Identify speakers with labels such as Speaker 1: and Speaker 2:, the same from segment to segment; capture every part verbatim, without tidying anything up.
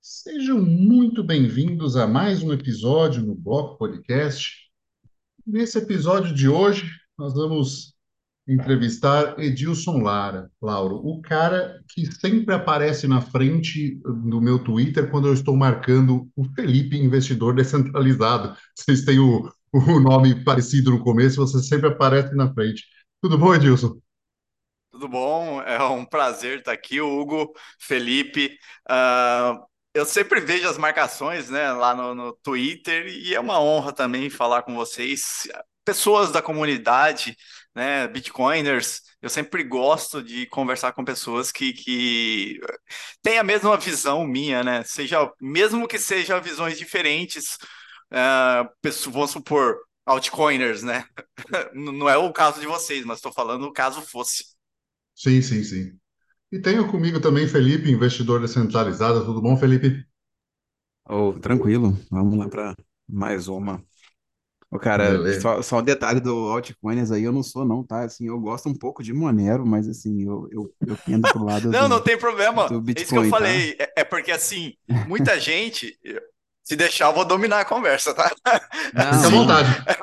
Speaker 1: Sejam muito bem-vindos a mais um episódio no Bloco Podcast. Nesse episódio de hoje, nós vamos entrevistar Edilson Lara, Lauro, o cara que sempre aparece na frente do meu Twitter quando eu estou marcando o Felipe Investidor Descentralizado. Vocês têm o, o nome parecido no começo, você sempre aparece na frente. Tudo bom, Edilson?
Speaker 2: Tudo bom? É um prazer estar aqui, Hugo, Felipe. Ah, eu sempre vejo as marcações, né, lá no, no Twitter e é uma honra também falar com vocês, pessoas da comunidade, né, Bitcoiners. Eu sempre gosto de conversar com pessoas que, que têm a mesma visão minha, né? Seja, mesmo que sejam visões diferentes, ah, pessoas- vamos supor, altcoiners, né? Não é o caso de vocês, mas estou falando caso fosse.
Speaker 1: Sim, sim, sim. E tenho comigo também Felipe, investidor descentralizado. Tudo bom, Felipe?
Speaker 3: Oh, tranquilo, vamos lá para mais uma. O cara,
Speaker 1: Beleza.
Speaker 3: só, só um detalhe do altcoins aí, eu não sou não, tá? Assim, eu gosto um pouco de Monero, mas assim, eu, eu, eu pendo pro lado
Speaker 2: Não, não
Speaker 3: do,
Speaker 2: tem problema.
Speaker 3: do
Speaker 2: É isso que eu
Speaker 3: Bitcoin, tá?
Speaker 2: falei. É, é porque, assim, muita gente, se deixar, eu vou dominar a conversa, tá?
Speaker 1: Fique
Speaker 3: Não,
Speaker 1: à
Speaker 2: Assim,
Speaker 3: não.
Speaker 1: vontade.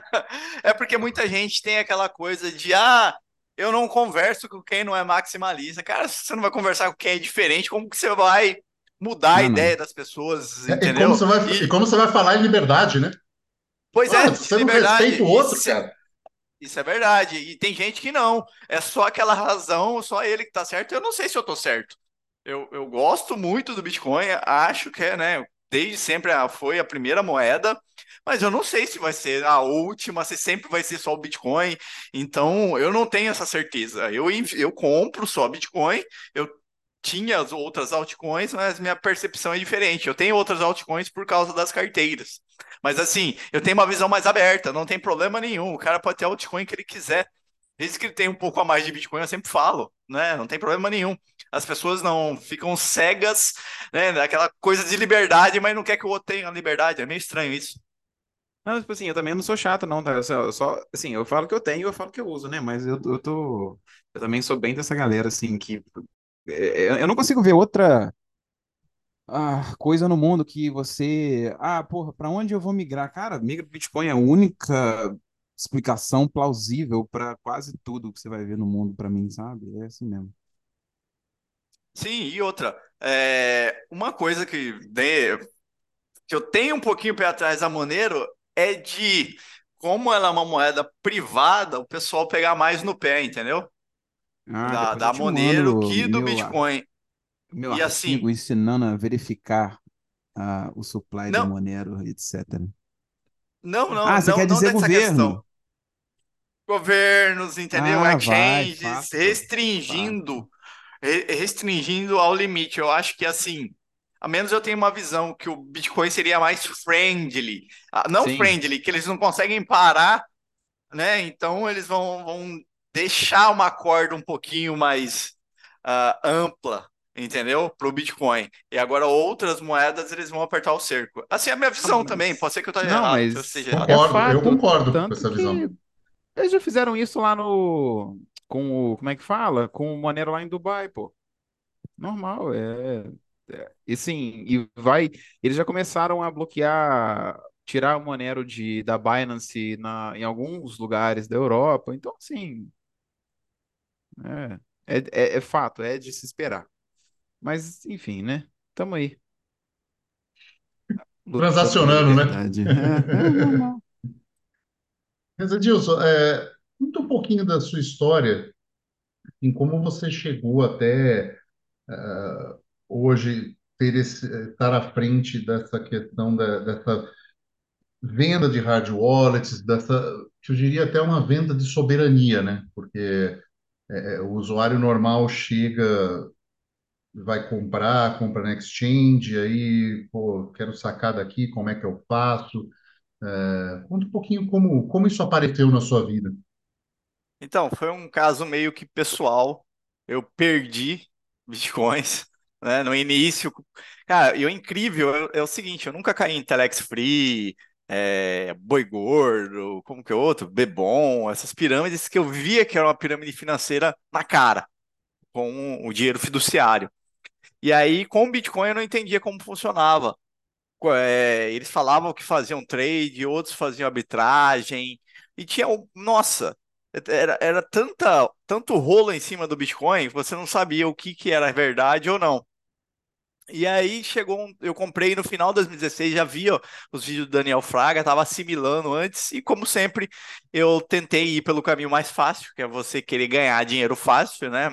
Speaker 2: é porque muita gente tem aquela coisa de, ah, eu não converso com quem não é maximalista. Cara, se você não vai conversar com quem é diferente, como que você vai mudar a
Speaker 3: Não, não.
Speaker 2: ideia das pessoas,
Speaker 1: É, e como
Speaker 2: entendeu?
Speaker 1: você vai, e
Speaker 2: E,
Speaker 1: como você vai falar em liberdade, né?
Speaker 2: pois
Speaker 1: Ah,
Speaker 2: é, de
Speaker 1: você não
Speaker 2: liberdade.
Speaker 1: respeita o
Speaker 2: E
Speaker 1: outro,
Speaker 2: se-
Speaker 1: cara.
Speaker 2: Isso é verdade. E tem gente que não. É só aquela razão, só ele que tá certo. Eu não sei se eu tô certo. Eu, eu gosto muito do Bitcoin, acho que é, né? Desde sempre a- foi a primeira moeda, mas eu não sei se vai ser a última, se sempre vai ser só o Bitcoin. Então, eu não tenho essa certeza. Eu, inv- eu compro só Bitcoin, eu tinha as outras altcoins, mas minha percepção é diferente. Eu tenho outras altcoins por causa das carteiras. Mas assim, eu tenho uma visão mais aberta, não tem problema nenhum. O cara pode ter a altcoin que ele quiser. Desde que ele tenha um pouco a mais de Bitcoin, eu sempre falo, né? Não tem problema nenhum. As pessoas não ficam cegas, né? Daquela coisa de liberdade, mas não quer que o outro tenha liberdade. É meio estranho isso.
Speaker 3: Não, tipo assim, eu também não sou chato, não, tá? Eu só, eu só- assim, eu falo que eu tenho, eu falo que eu uso, né? Mas eu, eu tô, eu também sou bem dessa galera, assim, que é, é, eu não consigo ver outra ah, coisa no mundo que você. Ah, porra, pra onde eu vou migrar? Cara, migra pro Bitcoin é a única explicação plausível para quase tudo que você vai ver no mundo, pra mim, sabe? É assim mesmo.
Speaker 2: Sim, e outra, é, uma coisa que, né, que eu tenho um pouquinho pé atrás da Monero é de como ela é uma moeda privada, o pessoal pegar mais no pé, entendeu?
Speaker 3: Ah,
Speaker 2: Da,
Speaker 3: depois eu
Speaker 2: da
Speaker 3: te
Speaker 2: Monero
Speaker 3: mando
Speaker 2: que do
Speaker 3: meu, ar-
Speaker 2: Bitcoin.
Speaker 3: meu
Speaker 2: E
Speaker 3: artigo
Speaker 2: assim,
Speaker 3: ensinando a verificar ah, o supply da
Speaker 2: não,
Speaker 3: Monero, etcétera.
Speaker 2: não, não,
Speaker 3: Ah, você
Speaker 2: não,
Speaker 3: quer
Speaker 2: não
Speaker 3: dizer
Speaker 2: dessa questão.
Speaker 3: governo?
Speaker 2: Governos, entendeu?
Speaker 3: Ah, vai,
Speaker 2: Exchanges
Speaker 3: faça, faça.
Speaker 2: restringindo, re- restringindo ao limite. Eu acho que assim, a menos eu tenho uma visão que o Bitcoin seria mais friendly, Ah, não
Speaker 3: Sim.
Speaker 2: friendly, que eles não conseguem parar, né? Então eles vão, vão deixar uma corda um pouquinho mais ah, ampla, entendeu? Para o Bitcoin. E agora outras moedas eles vão apertar o cerco. Assim é a minha
Speaker 3: Ah,
Speaker 2: visão também. Pode
Speaker 3: mas...
Speaker 2: ser que eu esteja
Speaker 3: Não,
Speaker 2: errado, que eu
Speaker 3: mas
Speaker 2: esteja errado.
Speaker 3: é
Speaker 1: Concordo, eu
Speaker 3: fato.
Speaker 1: concordo com
Speaker 3: Tanto
Speaker 1: essa visão.
Speaker 3: que eles já fizeram isso lá no. Com o. Como é que fala? Com o Monero lá em Dubai, pô. Normal, é. é- E sim, e vai. Eles já começaram a bloquear, tirar o Monero de, da Binance na, em alguns lugares da Europa. Então, assim, é, é, é, é fato, é de se esperar. Mas, enfim, né? Tamo aí, lutando pela
Speaker 1: Transacionando, né?
Speaker 3: liberdade. É, é normal.
Speaker 1: Mas, Edilson, é, conta um pouquinho da sua história, em como você chegou até ah, hoje ter esse, estar à frente dessa questão da, dessa venda de hard wallets, dessa, que eu diria até uma venda de soberania, né? Porque é, o usuário normal chega, vai comprar, compra na exchange, aí, pô, quero sacar daqui, como é que eu faço? É, conta um pouquinho como, como isso apareceu na sua vida.
Speaker 2: Então, foi um caso meio que pessoal. Eu perdi bitcoins, né, no início. Cara, e o incrível é, é o seguinte, eu nunca caí em Telex Free, é, Boi Gordo, como que é outro? Bebom, essas pirâmides que eu via que era uma pirâmide financeira na cara, com o dinheiro fiduciário. E aí, com o Bitcoin, eu não entendia como funcionava. Co- é, eles falavam que faziam trade, outros faziam arbitragem, e tinha, um- nossa, era, era tanta, tanto rolo em cima do Bitcoin, que você não sabia o que, que era verdade ou não. E aí chegou, um- eu comprei no final de dois mil e dezesseis, já vi ó, os vídeos do Daniel Fraga, estava assimilando antes, e como sempre, eu tentei ir pelo caminho mais fácil, que é você querer ganhar dinheiro fácil, né?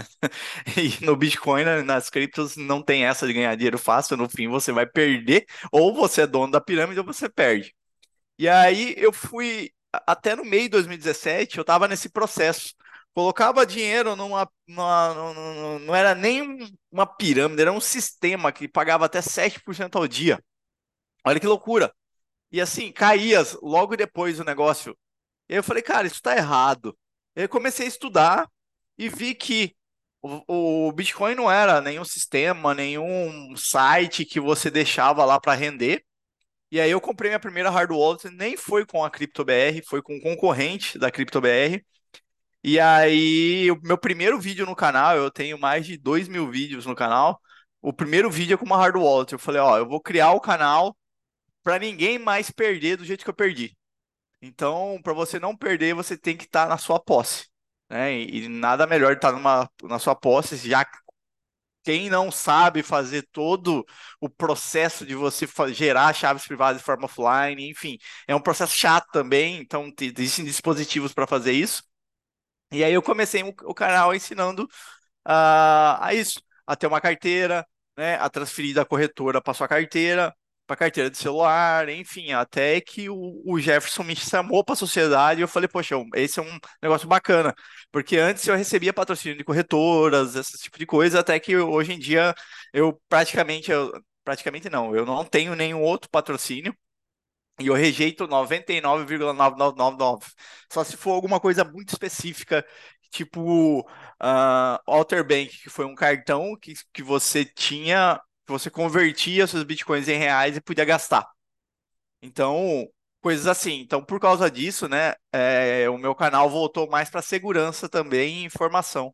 Speaker 2: E no Bitcoin, né, nas criptos, não tem essa de ganhar dinheiro fácil, no fim você vai perder, ou você é dono da pirâmide ou você perde. E aí eu fui, a- até no meio de dois mil e dezessete, eu estava nesse processo. Colocava dinheiro numa, numa- num- num- não era nem um- uma pirâmide, era um sistema que pagava até sete por cento ao dia. Olha que loucura. E assim, caía logo depois do negócio. E aí eu falei, cara, isso está errado. Eu comecei a estudar e vi que o, o Bitcoin não era nenhum sistema, nenhum site que você deixava lá para render. E aí eu comprei minha primeira hard wallet, nem foi com a CryptoBR, foi com um concorrente da CryptoBR. E aí, o meu primeiro vídeo no canal, eu tenho mais de dois mil vídeos no canal. O primeiro vídeo é com uma hard wallet. Eu falei, ó, eu vou criar o canal para ninguém mais perder do jeito que eu perdi. Então, para você não perder, você tem que estar na sua posse, né? E, e nada melhor estar numa, na sua posse, já quem não sabe fazer todo o processo de você fa- gerar chaves privadas de forma offline, enfim, é um processo chato também, então te- existem dispositivos para fazer isso. E aí eu comecei o o canal ensinando a, a isso, a ter uma carteira, né, a transferir da corretora para sua carteira, para carteira de celular, enfim, até que o, o Jefferson me chamou para a sociedade e eu falei, poxa, esse é um negócio bacana, porque antes eu recebia patrocínio de corretoras, esse tipo de coisa, até que hoje em dia eu praticamente, eu, praticamente não, eu não tenho nenhum outro patrocínio. E eu rejeito noventa e nove vírgula novecentos e noventa e nove. Só se for alguma coisa muito específica, tipo uh, Alter Bank, que foi um cartão que, que você tinha, que você convertia seus bitcoins em reais e podia gastar. Então, coisas assim. Então, por causa disso, né, é, o meu canal voltou mais para segurança também e informação.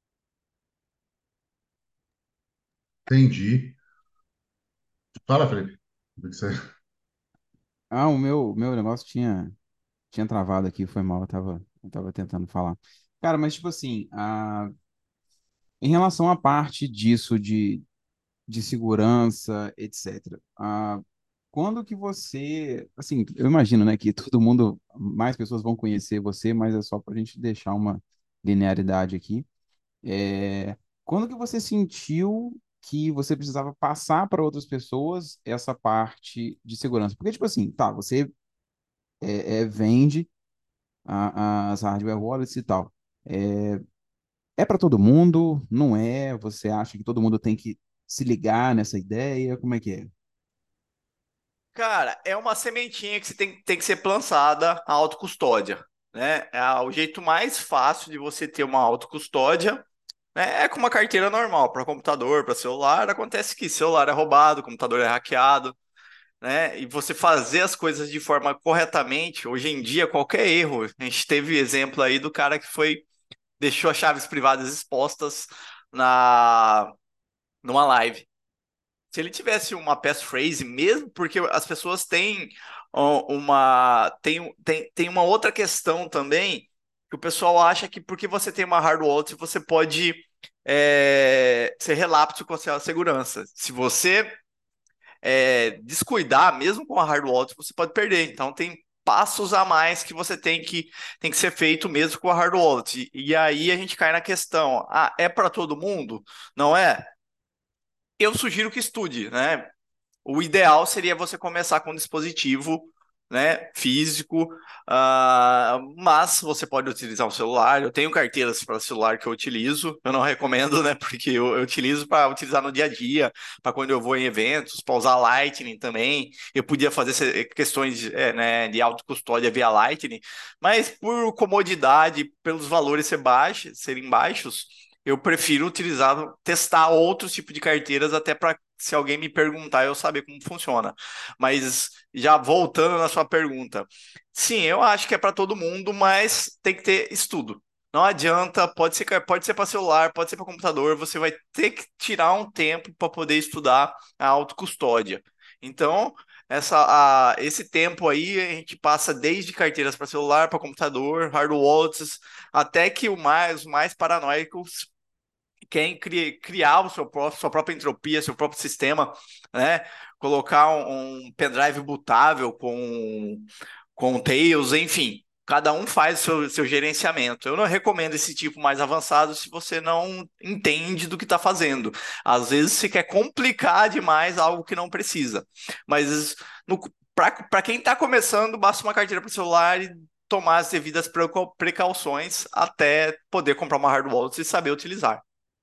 Speaker 1: Entendi. Fala, Felipe. O que você-
Speaker 3: Ah, o meu, meu negócio tinha, tinha travado aqui, foi mal, eu tava, eu tava tentando falar. Cara, mas tipo assim, a, em relação à parte disso de, de segurança, etcétera. Ah, quando que você, assim, eu imagino, né, que todo mundo, mais pessoas vão conhecer você, mas é só para a gente deixar uma linearidade aqui. É, quando que você sentiu que você precisava passar para outras pessoas essa parte de segurança? Porque, tipo assim, tá, você é, é, vende a- as hardware wallets e tal. É, é para todo mundo? Não é? Você acha que todo mundo tem que se ligar nessa ideia? Como é que é?
Speaker 2: Cara, é uma sementinha que você tem, tem que ser plantada a autocustódia, né? É o jeito mais fácil de você ter uma autocustódia. É é com uma carteira normal, para computador, para celular. Acontece que celular é roubado, computador é hackeado, né? E você fazer as coisas de forma corretamente, hoje em dia, qualquer erro. A gente teve exemplo aí do cara que foi, deixou as chaves privadas expostas na, numa live. Se ele tivesse uma passphrase mesmo, porque as pessoas têm ó, uma tem, tem, tem uma outra questão também, que o pessoal acha que porque você tem uma hard wallet, você pode é, ser relapso com a sua segurança. Se você é, descuidar, mesmo com a hard wallet, você pode perder. Então tem passos a mais que você tem que, tem que ser feito mesmo com a hard wallet. E, e aí a gente cai na questão, ah, é para todo mundo? Não é? Eu sugiro que estude, né? O ideal seria você começar com um dispositivo, né, físico, ah, mas você pode utilizar um celular. Eu tenho carteiras para celular que eu utilizo. Eu não recomendo, né, porque eu, eu utilizo para utilizar no dia a dia, para quando eu vou em eventos, para usar Lightning também. Eu podia fazer se- questões, é, né, de autocustódia via Lightning, mas por comodidade, pelos valores ser baixos, serem baixos, eu prefiro utilizar, testar outros tipos de carteiras até para se alguém me perguntar, eu saber como funciona. Mas já voltando na sua pergunta, sim, eu acho que é para todo mundo, mas tem que ter estudo. Não adianta, pode ser, pode ser para celular, pode ser para computador, você vai ter que tirar um tempo para poder estudar a autocustódia. Então, essa, a- esse tempo aí a gente passa desde carteiras para celular, para computador, hard wallets, até que o mais, os mais paranoicos querem cri- criar o seu próprio, sua própria entropia, seu próprio sistema, né? Colocar um, um pendrive bootável com com Tails, enfim. Cada um faz o seu, seu gerenciamento. Eu não recomendo esse tipo mais avançado se você não entende do que está fazendo. Às vezes você quer complicar demais algo que não precisa. Mas para quem está começando, basta uma carteira para celular e tomar as devidas precau- precauções até poder comprar uma hard wallet e saber utilizar.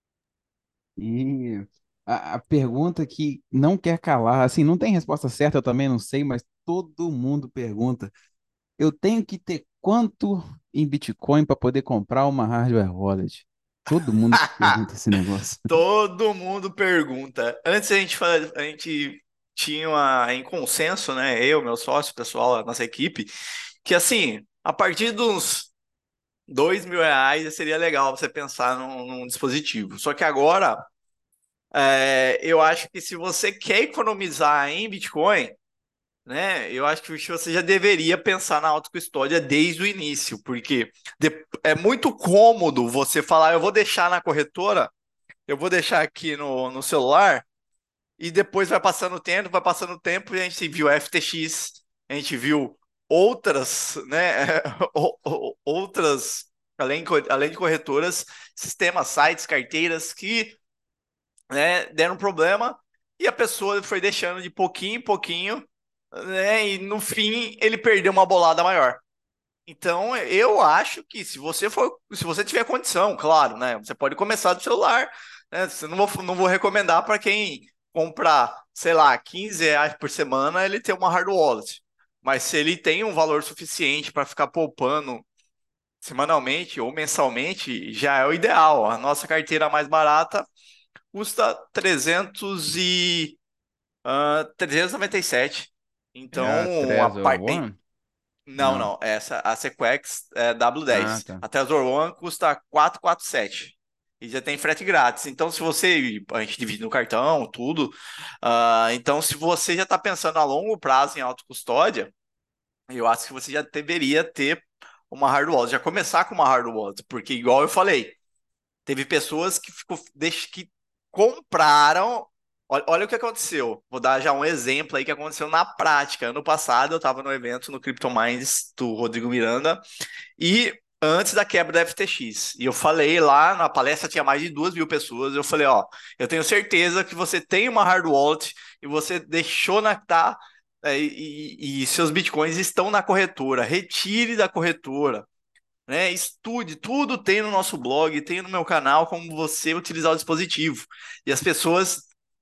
Speaker 3: E a, a pergunta que não quer calar, assim, não tem resposta certa, eu também não sei, mas todo mundo pergunta. Eu tenho que ter quanto em Bitcoin para poder comprar uma hardware wallet? Todo mundo pergunta esse negócio.
Speaker 2: Todo mundo pergunta. Antes a gente, fa- a gente tinha uma, em consenso, né? Eu, meu sócio, pessoal, a nossa equipe, que assim, a partir dos dois mil reais seria legal você pensar num, num dispositivo. Só que agora, é, eu acho que se você quer economizar em Bitcoin, né? Eu acho que você já deveria pensar na autocustódia desde o início, porque de- é muito cômodo você falar, eu vou deixar na corretora, eu vou deixar aqui no, no celular. E depois vai passando o tempo, vai passando o tempo, e a gente viu a F T X, a gente viu outras, né, o- o- outras, além, co- além de corretoras, sistemas, sites, carteiras que, né, deram problema e a pessoa foi deixando de pouquinho em pouquinho, né, e no fim ele perdeu uma bolada maior. Então, eu acho que se você for, se você tiver condição, claro, né? Você pode começar do celular, né? Você não vou, não vou recomendar para quem comprar, sei lá, quinze reais por semana, ele ter uma hard wallet. Mas se ele tem um valor suficiente para ficar poupando semanalmente ou mensalmente, já é o ideal. A nossa carteira mais barata custa trezentos e, ah, trezentos e noventa e sete.
Speaker 3: É a
Speaker 2: Então, a
Speaker 3: Trezor
Speaker 2: parte
Speaker 3: One?
Speaker 2: não,
Speaker 3: Não.
Speaker 2: não. Essa, a Sequex é W
Speaker 3: Ah,
Speaker 2: dez.
Speaker 3: tá.
Speaker 2: A Trezor One custa quatrocentos e quarenta e sete. E já tem frete grátis. Então, se você. A gente divide no cartão, tudo. Ah, então, se você já está pensando a longo prazo em autocustódia, eu acho que você já deveria ter uma hard wallet. Já começar com uma hard wallet. Porque, igual eu falei, teve pessoas que, ficou, deix- que compraram. Olha, olha o que aconteceu. Vou dar já um exemplo aí que aconteceu na prática. Ano passado eu estava no evento no CryptoMinds do Rodrigo Miranda e antes da quebra da F T X. E eu falei lá na palestra tinha mais de duas mil pessoas. Eu falei, ó, eu tenho certeza que você tem uma hard wallet e você deixou na tá, é, e, e e seus bitcoins estão na corretora. Retire da corretora, né? Estude, tudo tem no nosso blog, tem no meu canal como você utilizar o dispositivo. E as pessoas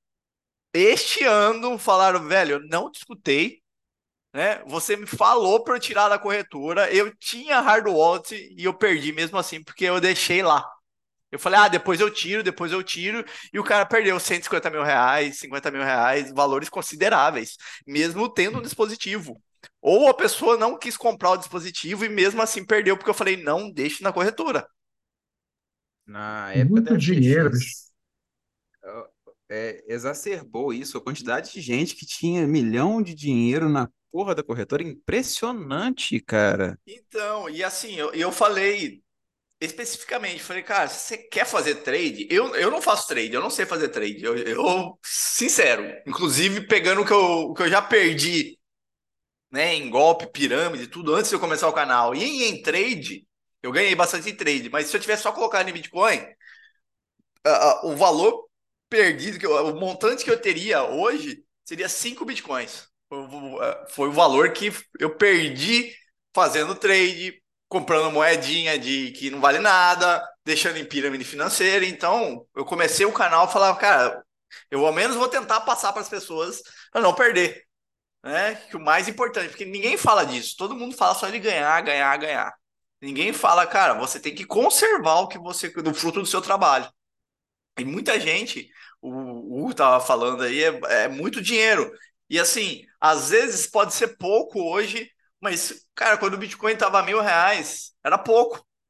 Speaker 2: este ano falaram, velho, eu não te escutei, né? Você me falou para eu tirar da corretora, eu tinha hard wallet e eu perdi mesmo assim porque eu deixei lá. Eu falei, ah, depois eu tiro, depois eu tiro, e o cara perdeu cento e cinquenta mil reais, cinquenta mil reais, valores consideráveis, mesmo tendo um dispositivo. Ou a pessoa não quis comprar o dispositivo e mesmo assim perdeu, porque eu falei, não deixe na corretora.
Speaker 3: Na época da
Speaker 1: Muito dinheiro, bicho.
Speaker 3: F T X, ó, é, exacerbou isso, a quantidade de gente que tinha milhão de dinheiro na porra da corretora, impressionante, cara.
Speaker 2: Então, e assim, eu, eu falei especificamente, falei, cara, se você quer fazer trade? Eu, eu não faço trade, eu não sei fazer trade. Eu, eu sincero, inclusive pegando o que eu, o que eu já perdi, né, em golpe, pirâmide, tudo antes de eu começar o canal. E em, em trade, eu ganhei bastante em trade, mas se eu tivesse só colocado em Bitcoin, a- a- o valor perdido, que eu- o montante que eu teria hoje seria cinco Bitcoins. Foi, o eh, foi o valor que eu perdi fazendo trade, comprando moedinha de que não vale nada, deixando em pirâmide financeira. Então, eu comecei o canal e falava, cara, eu ao menos vou tentar passar para as pessoas para não perder, né? Que o mais importante, porque ninguém fala disso. Todo mundo fala só de ganhar, ganhar, ganhar. Ninguém fala, cara, você tem que conservar o que você, do fruto do seu trabalho. E muita gente, o o Hugo tava falando aí, é, é muito dinheiro. E assim, às vezes pode ser pouco hoje, mas, cara, quando o Bitcoin tava mil reais, era pouco.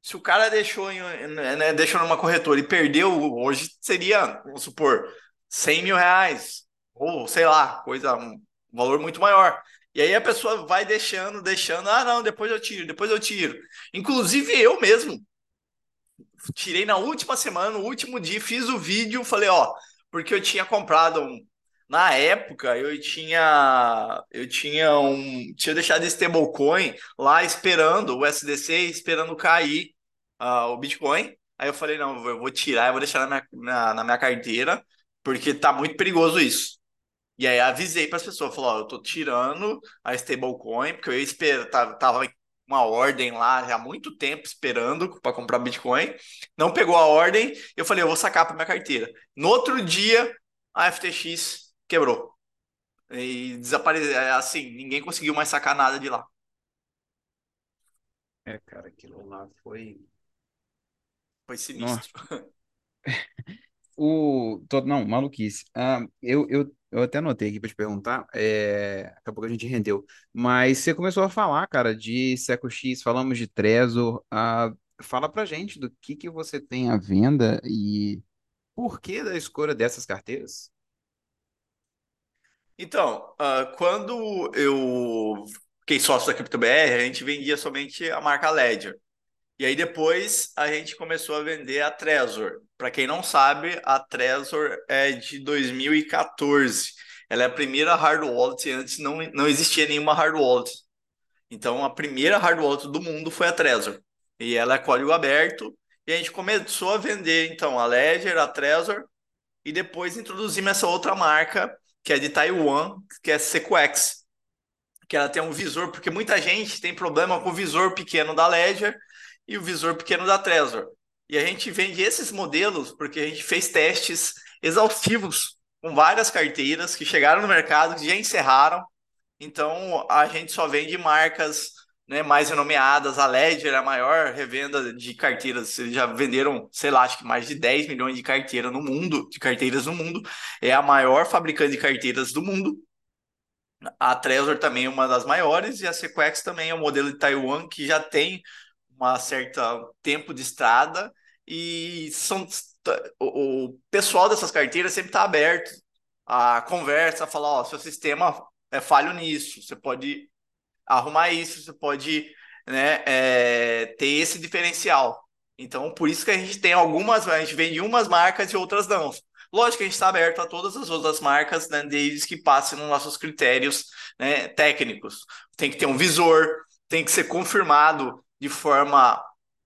Speaker 2: se o cara deixou, em, né, deixou numa corretora e perdeu, hoje seria, vamos supor, cem mil reais, ou sei lá, coisa, um valor muito maior. E aí a pessoa vai deixando, deixando, ah, não, depois eu tiro, depois eu tiro. Inclusive eu mesmo, tirei na última semana, no último dia, fiz o vídeo, falei, ó, porque eu tinha comprado um, na época eu tinha eu tinha um tinha deixado stablecoin lá esperando o S D C esperando cair ah, o Bitcoin. Aí eu falei, não, eu vou tirar, eu vou deixar na minha, na, na minha carteira, porque tá muito perigoso isso. E aí avisei para as pessoas, falou, ó, eu tô tirando a stablecoin, porque eu ia esperar, tava, tava uma ordem lá já há muito tempo esperando para comprar Bitcoin. Não pegou a ordem, eu falei, eu vou sacar para minha carteira. No outro dia, a F T X quebrou. E desapareceu, assim, ninguém conseguiu mais sacar nada de lá.
Speaker 3: É, cara, aquilo lá foi.
Speaker 2: Foi
Speaker 3: Nó.
Speaker 2: sinistro.
Speaker 3: O. tô- Não, maluquice. Ah, eu, eu, eu até anotei aqui pra te perguntar. É... Daqui a pouco a gente rendeu. Mas você começou a falar, cara, de Seco X, falamos de Trezor. Ah, fala pra gente do que que você tem à venda e por que da escolha dessas carteiras?
Speaker 2: Então, ah, quando eu fiquei sócio da CryptoBR, a gente vendia somente a marca Ledger. E aí depois a gente começou a vender a Trezor. Para quem não sabe, a Trezor é de dois mil e quatorze. Ela é a primeira hard wallet, antes não, não existia nenhuma hard wallet. Então a primeira hard wallet do mundo foi a Trezor. E ela é código aberto. E a gente começou a vender então a Ledger, a Trezor, e depois introduzimos essa outra marca, que é de Taiwan, que é a Sequex, que ela tem um visor, porque muita gente tem problema com o visor pequeno da Ledger e o visor pequeno da Trezor. E a gente vende esses modelos porque a gente fez testes exaustivos com várias carteiras que chegaram no mercado, que já encerraram. Então a gente só vende marcas, né, mais renomeadas. A Ledger é a maior revenda de carteiras. Eles já venderam, sei lá, acho que mais de dez milhões de carteiras no mundo, de carteiras no mundo. É a maior fabricante de carteiras do mundo. A Trezor também é uma das maiores e a Sequex também é um modelo de Taiwan que já tem uma certa tempo de estrada e são o, o pessoal dessas carteiras sempre está aberto a conversa, a falar, ó, seu sistema é falho nisso, você pode arrumar isso, você pode, né, é, ter esse diferencial. Então, por isso que a gente tem algumas, a gente vende umas marcas e outras não. Lógico que a gente está aberto a todas as outras marcas, né, desde que passem nos nossos critérios, né, técnicos. Tem que ter um visor, tem que ser confirmado de forma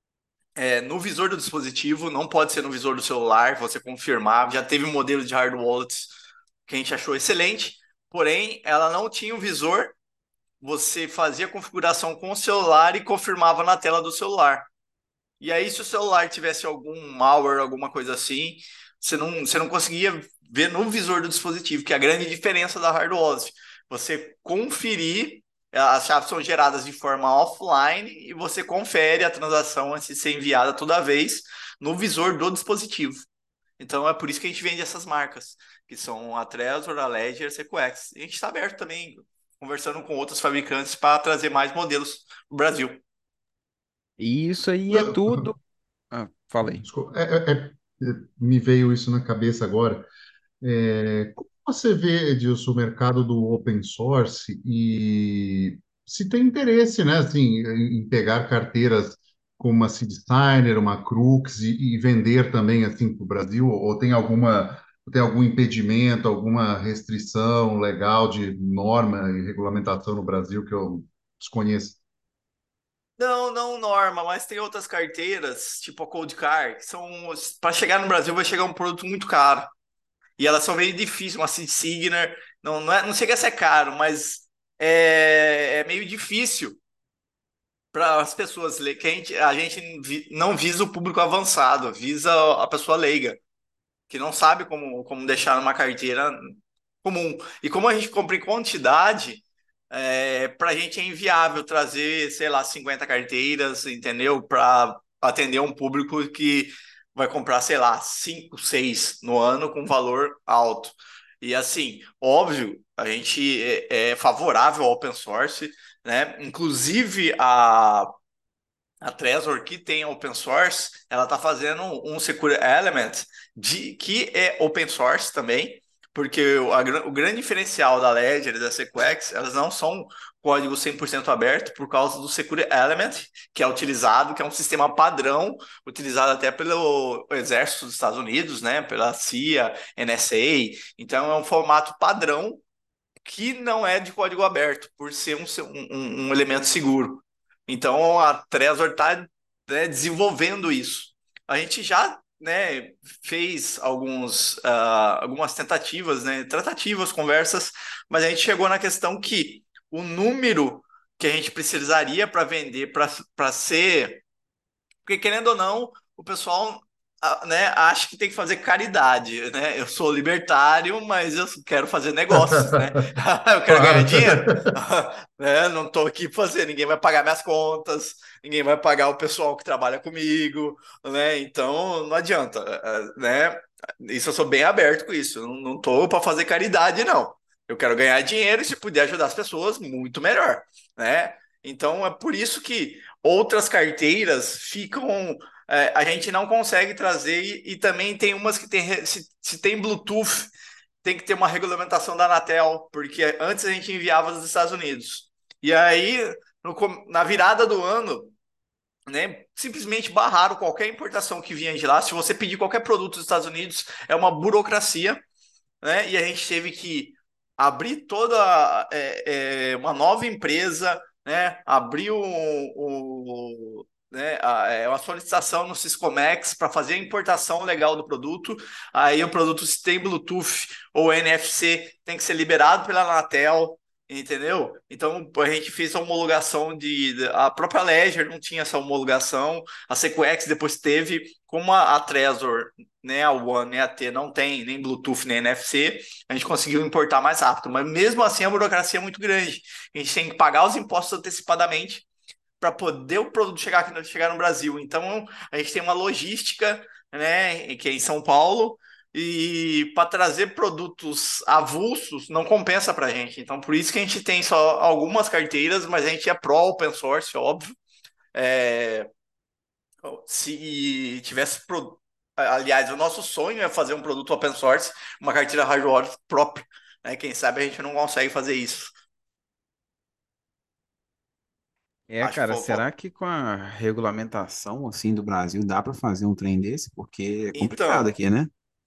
Speaker 2: é, no visor do dispositivo, não pode ser no visor do celular, você confirmar. Já teve um modelo de hard wallets que a gente achou excelente, porém ela não tinha um visor, você fazia a configuração com o celular e confirmava na tela do celular. E aí, se o celular tivesse algum malware, alguma coisa assim, você não, você não conseguia ver no visor do dispositivo, que é a grande diferença da hard wallet. Você conferir, as chaves são geradas de forma offline e você confere a transação antes de ser enviada toda vez no visor do dispositivo. Então é por isso que a gente vende essas marcas, que são a Trezor, a Ledger, a Sequex. E a gente está aberto também, conversando com outros fabricantes para trazer mais modelos para o Brasil.
Speaker 3: E isso aí é tudo. Ah, falei.
Speaker 1: Desculpa, é- é- é- me veio isso na cabeça agora. É, como você vê, Edilson, o mercado do open source e se tem interesse, né, assim, em pegar carteiras como uma Seed Signer, uma Crux e, e vender também assim para o Brasil? Ou tem alguma tem algum impedimento, alguma restrição legal de norma e regulamentação no Brasil que eu desconheço?
Speaker 2: Não, não norma, mas tem outras carteiras, tipo a Cold Card, que são, para chegar no Brasil vai chegar um produto muito caro. E elas são meio difíceis, uma Seed Signer, não, não, é, não chega a ser caro, mas é, é meio difícil para as pessoas ler, que a gente, a gente vi- não visa o público avançado, visa a pessoa leiga, que não sabe como, como deixar numa carteira comum. E como a gente compra em quantidade, é, para a gente é inviável trazer, sei lá, cinquenta carteiras, entendeu? Para atender um público que vai comprar, sei lá, cinco, seis no ano com valor alto. E assim, óbvio, a gente é, é favorável ao open source, né? Inclusive a A Trezor, que tem open source, ela está fazendo um Secure Element de, que é open source também, porque o, a, o grande diferencial da Ledger e da Sequex, elas não são código cem por cento aberto por causa do Secure Element, que é utilizado, que é um sistema padrão, utilizado até pelo Exército dos Estados Unidos, né, pela C I A, N S A. Então, é um formato padrão que não é de código aberto, por ser um, um, um elemento seguro. Então, a Trezor está, né, desenvolvendo isso. A gente já, né, fez alguns, uh, algumas tentativas, né, tratativas, conversas, mas a gente chegou na questão que o número que a gente precisaria para vender, para ser porque, querendo ou não, o pessoal, ah, né, acha que tem que fazer caridade, né? Eu sou libertário, mas eu quero fazer negócios, né? Eu quero ganhar
Speaker 1: Claro.
Speaker 2: dinheiro. Né? Não estou aqui para fazer, ninguém vai pagar minhas contas, ninguém vai pagar o pessoal que trabalha comigo, né? Então, não adianta, eh, né? Isso eu sou bem aberto com isso. Eu não estou para fazer caridade, não. Eu quero ganhar dinheiro e se puder ajudar as pessoas, muito melhor, né? Então, é por isso que outras carteiras ficam. É, a gente não consegue trazer, e, e também tem umas que tem, se, se tem Bluetooth, tem que ter uma regulamentação da Anatel, porque antes a gente enviava dos Estados Unidos. E aí, no, na virada do ano, né, simplesmente barraram qualquer importação que vinha de lá. Se você pedir qualquer produto dos Estados Unidos, é uma burocracia, né? E a gente teve que abrir toda é, é, uma nova empresa, né? Abrir o, o né, a, é, uma solicitação no Syscomex para fazer a importação legal do produto. Aí o produto, se tem Bluetooth ou N F C, tem que ser liberado pela Anatel. Entendeu? Então a gente fez a homologação de. A própria Ledger não tinha essa homologação, a Sequex depois teve, como a, a Trezor, né, a One, né, a T não tem nem Bluetooth nem N F C, a gente conseguiu importar mais rápido, mas mesmo assim a burocracia é muito grande. A gente tem que pagar os impostos antecipadamente para poder o produto chegar aqui, chegar no Brasil. Então a gente tem uma logística, né, que é em São Paulo, e para trazer produtos avulsos não compensa para a gente. Então por isso que a gente tem só algumas carteiras, mas a gente é pró open source, óbvio. É, se tivesse pro... Aliás, o nosso sonho é fazer um produto open source, uma carteira hardware própria, né? Quem sabe a gente não consegue fazer isso.
Speaker 3: É,
Speaker 2: Acho que
Speaker 3: cara,
Speaker 2: foi, foi...
Speaker 3: será que com a regulamentação assim do Brasil dá para fazer um trem desse? Porque é complicado
Speaker 2: Então,
Speaker 3: aqui, né?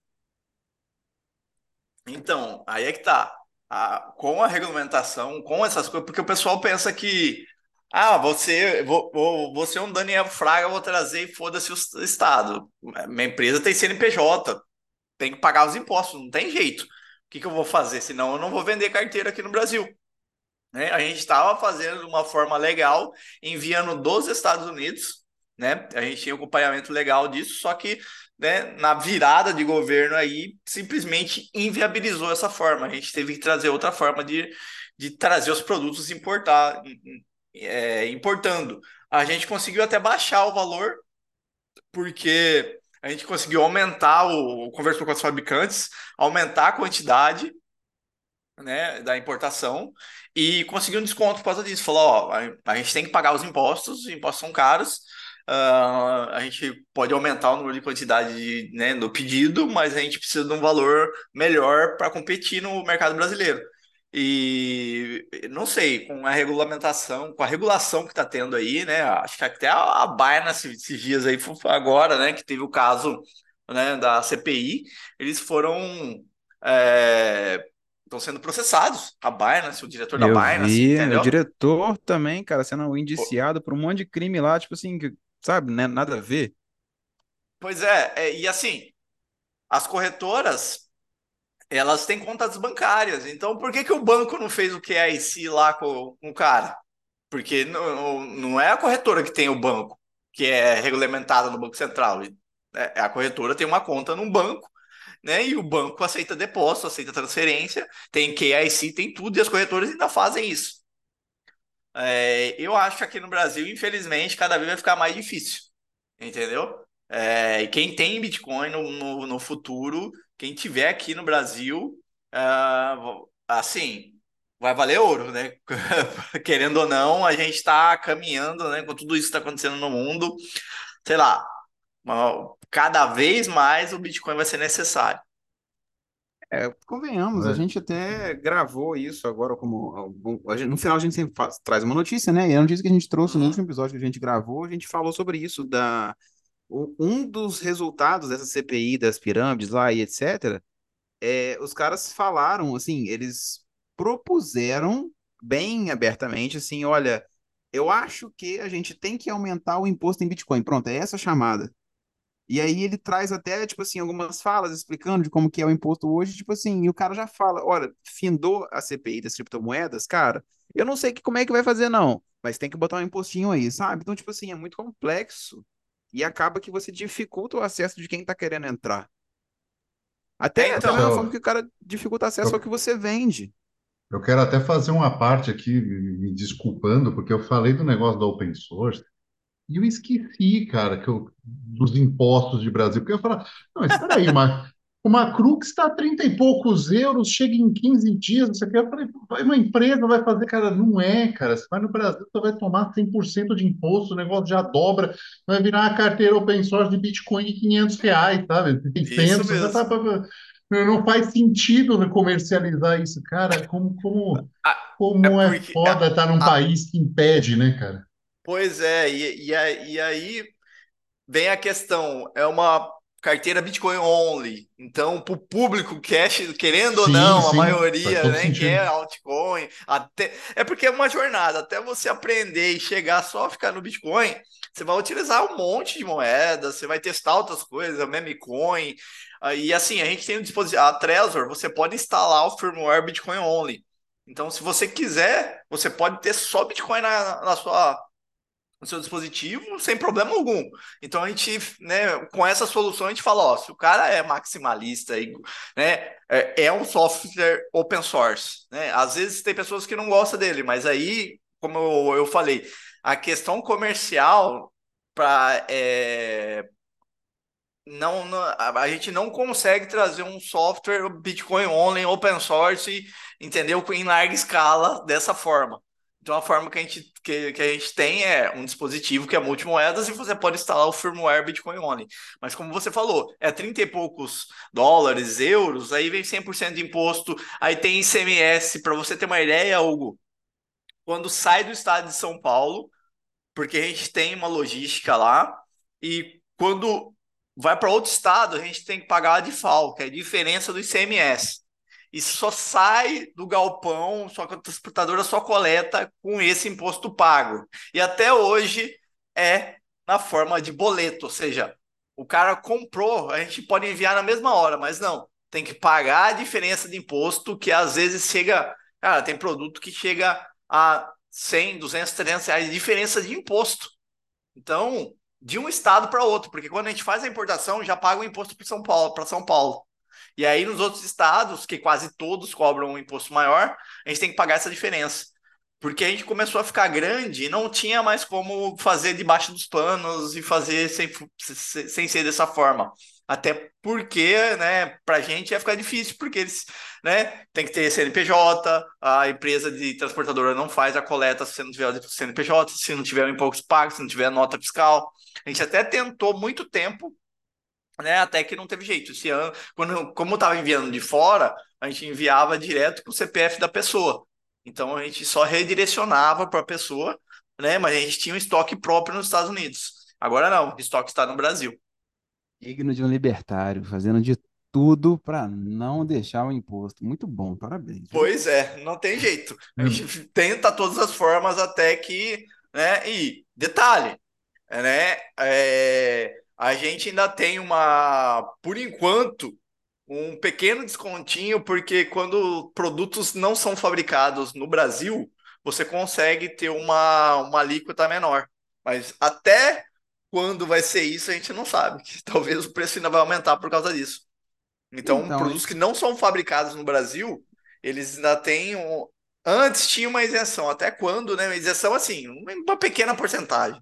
Speaker 2: então, aí é que tá. A- com a regulamentação, com essas coisas, porque o pessoal pensa que ah, você, vou, vou, você é um Daniel Fraga, eu vou trazer e foda-se o Estado. Minha empresa tem C N P J, tem que pagar os impostos, não tem jeito. O que que eu vou fazer? Senão eu não vou vender carteira aqui no Brasil. Né? A gente estava fazendo de uma forma legal, enviando dos Estados Unidos, né? A gente tinha um acompanhamento legal disso, só que, né, na virada de governo aí, simplesmente inviabilizou essa forma. A gente teve que trazer outra forma de, de trazer os produtos importar, é, importando. A gente conseguiu até baixar o valor, porque a gente conseguiu aumentar o, conversou com os fabricantes, aumentar a quantidade, né, da importação e conseguiu um desconto por causa disso. Falou, ó, a, a gente tem que pagar os impostos, os impostos são caros, ah, a gente pode aumentar o número de quantidade de, né, do pedido, mas a gente precisa de um valor melhor para competir no mercado brasileiro. E não sei, com a regulamentação, com a regulação que está tendo aí, né? Acho que até a, a Binance esses dias aí, foi agora, né, que teve o caso, né, da C P I, eles foram é, estão sendo processados. A Binance, o diretor da
Speaker 3: Eu
Speaker 2: Binance,
Speaker 3: vi, o
Speaker 2: entendeu?
Speaker 3: diretor também, cara, sendo
Speaker 2: Pô,
Speaker 3: indiciado por um monte de crime lá, tipo assim, que, sabe, né? Nada a ver.
Speaker 2: pois é, é, e assim, as corretoras, elas têm contas bancárias. Então, por que que o banco não fez o K Y C lá com, com o cara? Porque não, não é a corretora que tem o banco, que é regulamentada no Banco Central. É, a corretora tem uma conta num banco, né? E o banco aceita depósito, aceita transferência, tem K Y C, tem tudo, e as corretoras ainda fazem isso. É, eu acho que aqui no Brasil, infelizmente, cada vez vai ficar mais difícil, entendeu? É, e quem tem Bitcoin no, no, no futuro, quem tiver aqui no Brasil, ah, assim, vai valer ouro, né? Querendo ou não, a gente está caminhando, né? Com tudo isso que está acontecendo no mundo, sei lá, uma- cada vez mais o Bitcoin vai ser necessário.
Speaker 3: É, convenhamos, a
Speaker 1: Né?
Speaker 3: gente até gravou isso agora como algum- a gente- no final a gente sempre faz- traz uma notícia, né? E a notícia que a gente trouxe no
Speaker 2: Uhum.
Speaker 3: último episódio que a gente gravou, a gente falou sobre isso da o- um dos resultados dessa C P I das pirâmides lá e etcétera. É, os caras falaram assim, eles propuseram bem abertamente assim, olha, eu acho que a gente tem que aumentar o imposto em Bitcoin. Pronto, é essa a chamada. E aí ele traz até, tipo assim, algumas falas explicando de como que é o imposto hoje, tipo assim, e o cara já fala, olha, findou a C P I das criptomoedas, cara, eu não sei que, como é que vai fazer não, mas tem que botar um impostinho aí, sabe? Então, tipo assim, é muito complexo e acaba que você dificulta o acesso de quem tá querendo entrar.
Speaker 2: É,
Speaker 3: Até da mesma forma
Speaker 2: então,
Speaker 3: que o cara dificulta acesso ao que
Speaker 1: Eu,
Speaker 3: você vende.
Speaker 1: eu quero até fazer uma parte aqui, me me desculpando, porque eu falei do negócio da open source. E eu esqueci, cara, que eu, dos impostos de Brasil. Porque eu ia falar, não, espera aí, uma, uma Crux está a trinta e poucos euros, chega em quinze dias, não sei o que. Eu falei, vai uma empresa vai fazer, cara, não é, cara. Você vai no Brasil, você vai tomar cem por cento de imposto, o negócio já dobra, vai virar uma carteira open source de Bitcoin de quinhentos reais, sabe?
Speaker 2: isso
Speaker 1: seiscentos, você tá,
Speaker 2: mesmo.
Speaker 1: tá- tá- não faz sentido né, comercializar isso, cara. Como, como,
Speaker 2: Ah, é
Speaker 1: como é
Speaker 2: porque.
Speaker 1: foda
Speaker 2: ah,
Speaker 1: estar num
Speaker 2: ah,
Speaker 1: país que impede, né, cara?
Speaker 2: pois é, e, e, aí- e aí vem a questão, é uma carteira Bitcoin only. Então, para o público cash, querendo ou
Speaker 1: Sim,
Speaker 2: não, a
Speaker 1: sim, faz
Speaker 2: maioria,
Speaker 1: todo
Speaker 2: né, quer
Speaker 1: sentido.
Speaker 2: altcoin. Até é porque é uma jornada, até você aprender e chegar só a ficar no Bitcoin, você vai utilizar um monte de moedas, você vai testar outras coisas, a memecoin. E assim, a gente tem o dispositivo, a Trezor, você pode instalar o firmware Bitcoin only. Então, se você quiser, você pode ter só Bitcoin na, na sua no seu dispositivo sem problema algum. Então a gente, né, com essa solução a gente fala, ó, se o cara é maximalista e, né, é, é um software open source, né? Às vezes tem pessoas que não gostam dele, mas aí, como eu, eu falei, a questão comercial para é, não, não- a a gente não consegue trazer um software Bitcoin only, open source, entendeu? Em larga escala dessa forma. Então a forma que a gente, que, que a gente tem é um dispositivo que é multimoedas e você pode instalar o firmware Bitcoin only. Mas como você falou, é trinta e poucos dólares, euros, aí vem cem por cento de imposto, aí tem I C M S, para você ter uma ideia, Hugo, quando sai do estado de São Paulo, porque a gente tem uma logística lá e quando vai para outro estado, a gente tem que pagar a D I F A L, que é a diferença do I C M S. E só sai do galpão, só que a transportadora só coleta com esse imposto pago. E até hoje é na forma de boleto, ou seja, o cara comprou, a gente pode enviar na mesma hora, mas não, tem que pagar a diferença de imposto, que às vezes chega, cara, tem produto que chega a cem, duzentos, trezentos reais de diferença de imposto. Então, de um estado para outro, porque quando a gente faz a importação, já paga o imposto para São Paulo, para São Paulo. E aí nos outros estados, que quase todos cobram um imposto maior, a gente tem que pagar essa diferença. Porque a gente começou a ficar grande e não tinha mais como fazer debaixo dos panos e fazer sem, sem ser dessa forma. Até porque, né, pra gente ia ficar difícil, porque eles, né, tem que ter C N P J, a empresa de transportadora não faz a coleta se não tiver o C N P J, se não tiver o imposto pago, se não tiver a nota fiscal. A gente até tentou muito tempo, né? Até que não teve jeito. Esse ano, quando, como estava enviando de fora, a gente enviava direto com o C P F da pessoa. Então a gente só redirecionava para a pessoa, né? Mas a gente tinha um estoque próprio nos Estados Unidos. Agora não, o estoque está no Brasil.
Speaker 3: Digno de um libertário, fazendo de tudo para não deixar o imposto. Muito bom, parabéns, viu?
Speaker 2: Pois é, não tem jeito. A
Speaker 1: É,
Speaker 2: gente tenta todas as formas até que, né? E detalhe, né? É, a gente ainda tem uma, por enquanto, um pequeno descontinho, porque quando produtos não são fabricados no Brasil, você consegue ter uma, uma alíquota menor. Mas até quando vai ser isso, a gente não sabe. Talvez o preço ainda vai aumentar por causa disso. Então,
Speaker 3: Então,
Speaker 2: produtos que não são fabricados no Brasil, eles ainda têm um... Antes tinha uma isenção, até quando, né? Uma isenção assim, uma pequena porcentagem.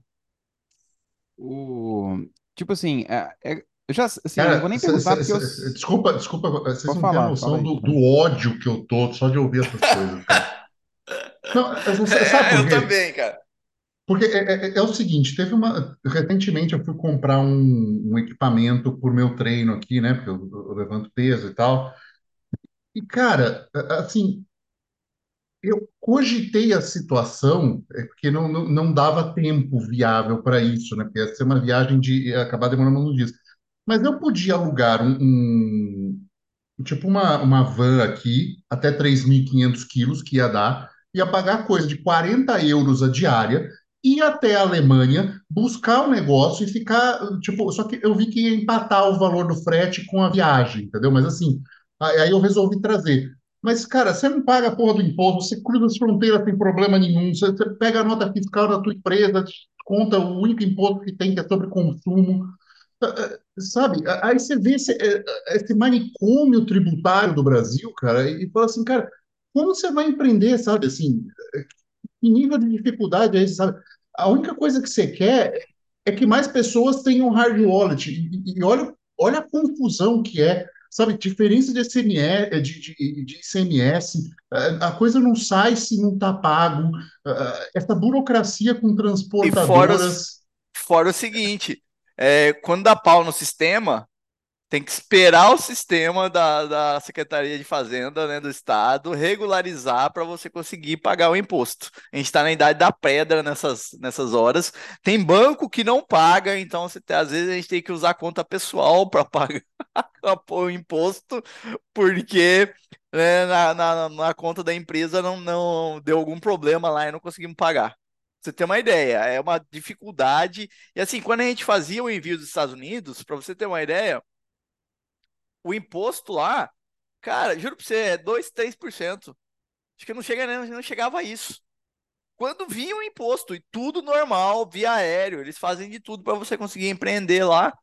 Speaker 3: o tipo assim, é, é- eu já assim, eu não vou
Speaker 1: cara,
Speaker 3: nem
Speaker 1: cê-
Speaker 3: perguntar
Speaker 1: cê-
Speaker 3: porque eu
Speaker 1: cê-
Speaker 3: s-
Speaker 1: desculpa, desculpa, vocês
Speaker 3: pode
Speaker 1: não têm a
Speaker 3: falar, fala
Speaker 1: noção
Speaker 3: aí.
Speaker 1: do,
Speaker 3: Fala
Speaker 1: do
Speaker 3: aí.
Speaker 1: ódio que eu tô só de ouvir essas coisas, cara. Não, é- é- sabe
Speaker 2: É,
Speaker 1: por
Speaker 2: eu
Speaker 1: quê?
Speaker 2: também, cara.
Speaker 1: Porque é, é- é é o seguinte, teve uma. Recentemente eu fui comprar um, um equipamento por meu treino aqui, né? Porque eu, eu levanto peso e tal. E, cara, a- assim, eu cogitei a situação, é porque não, não, não dava tempo viável para isso, né? Porque ia ser uma viagem de ia acabar demorando uns dias. Mas eu podia alugar um, um- tipo uma, uma van aqui, até três mil e quinhentos quilos, que ia dar, ia pagar coisa de quarenta euros a diária, ir até a Alemanha, buscar o negócio e ficar, tipo, só que eu vi que ia empatar o valor do frete com a viagem, entendeu? Mas assim, aí aí eu resolvi trazer. Mas, cara, você não paga a porra do imposto, você cruza as fronteiras sem problema nenhum, você, você pega a nota fiscal da tua empresa, conta o único imposto que tem, que é sobre consumo, sabe? Aí você vê esse, é, é, esse manicômio tributário do Brasil, cara, e fala assim, cara, como você vai empreender, sabe? Assim, que nível de dificuldade é esse, sabe? A única coisa que você quer é que mais pessoas tenham hard wallet. E, e olha, olha a confusão que é, sabe? Diferença de S M E, de, de, de I C M S, a coisa não sai se não está pago, essa burocracia com
Speaker 2: E fora, os-
Speaker 1: transportadoras.
Speaker 2: fora o seguinte, é, quando dá pau no sistema, tem que esperar o sistema da, da Secretaria de Fazenda, né, do Estado, regularizar para você conseguir pagar o imposto. A gente está na idade da pedra nessas, nessas horas. Tem banco que não paga, então você tem- às vezes a gente tem que usar conta pessoal para pagar o imposto, porque né, na, na, na conta da empresa não, não deu algum problema lá e não conseguimos pagar. Pra você ter uma ideia, é uma dificuldade. E assim, quando a gente fazia o envio dos Estados Unidos, para você ter uma ideia, o imposto lá, cara, juro pra você, é dois, três por cento. Acho que não chega, nem- não chegava a isso. Quando vinha o imposto, e tudo normal, via aéreo, eles fazem de tudo para você conseguir empreender lá,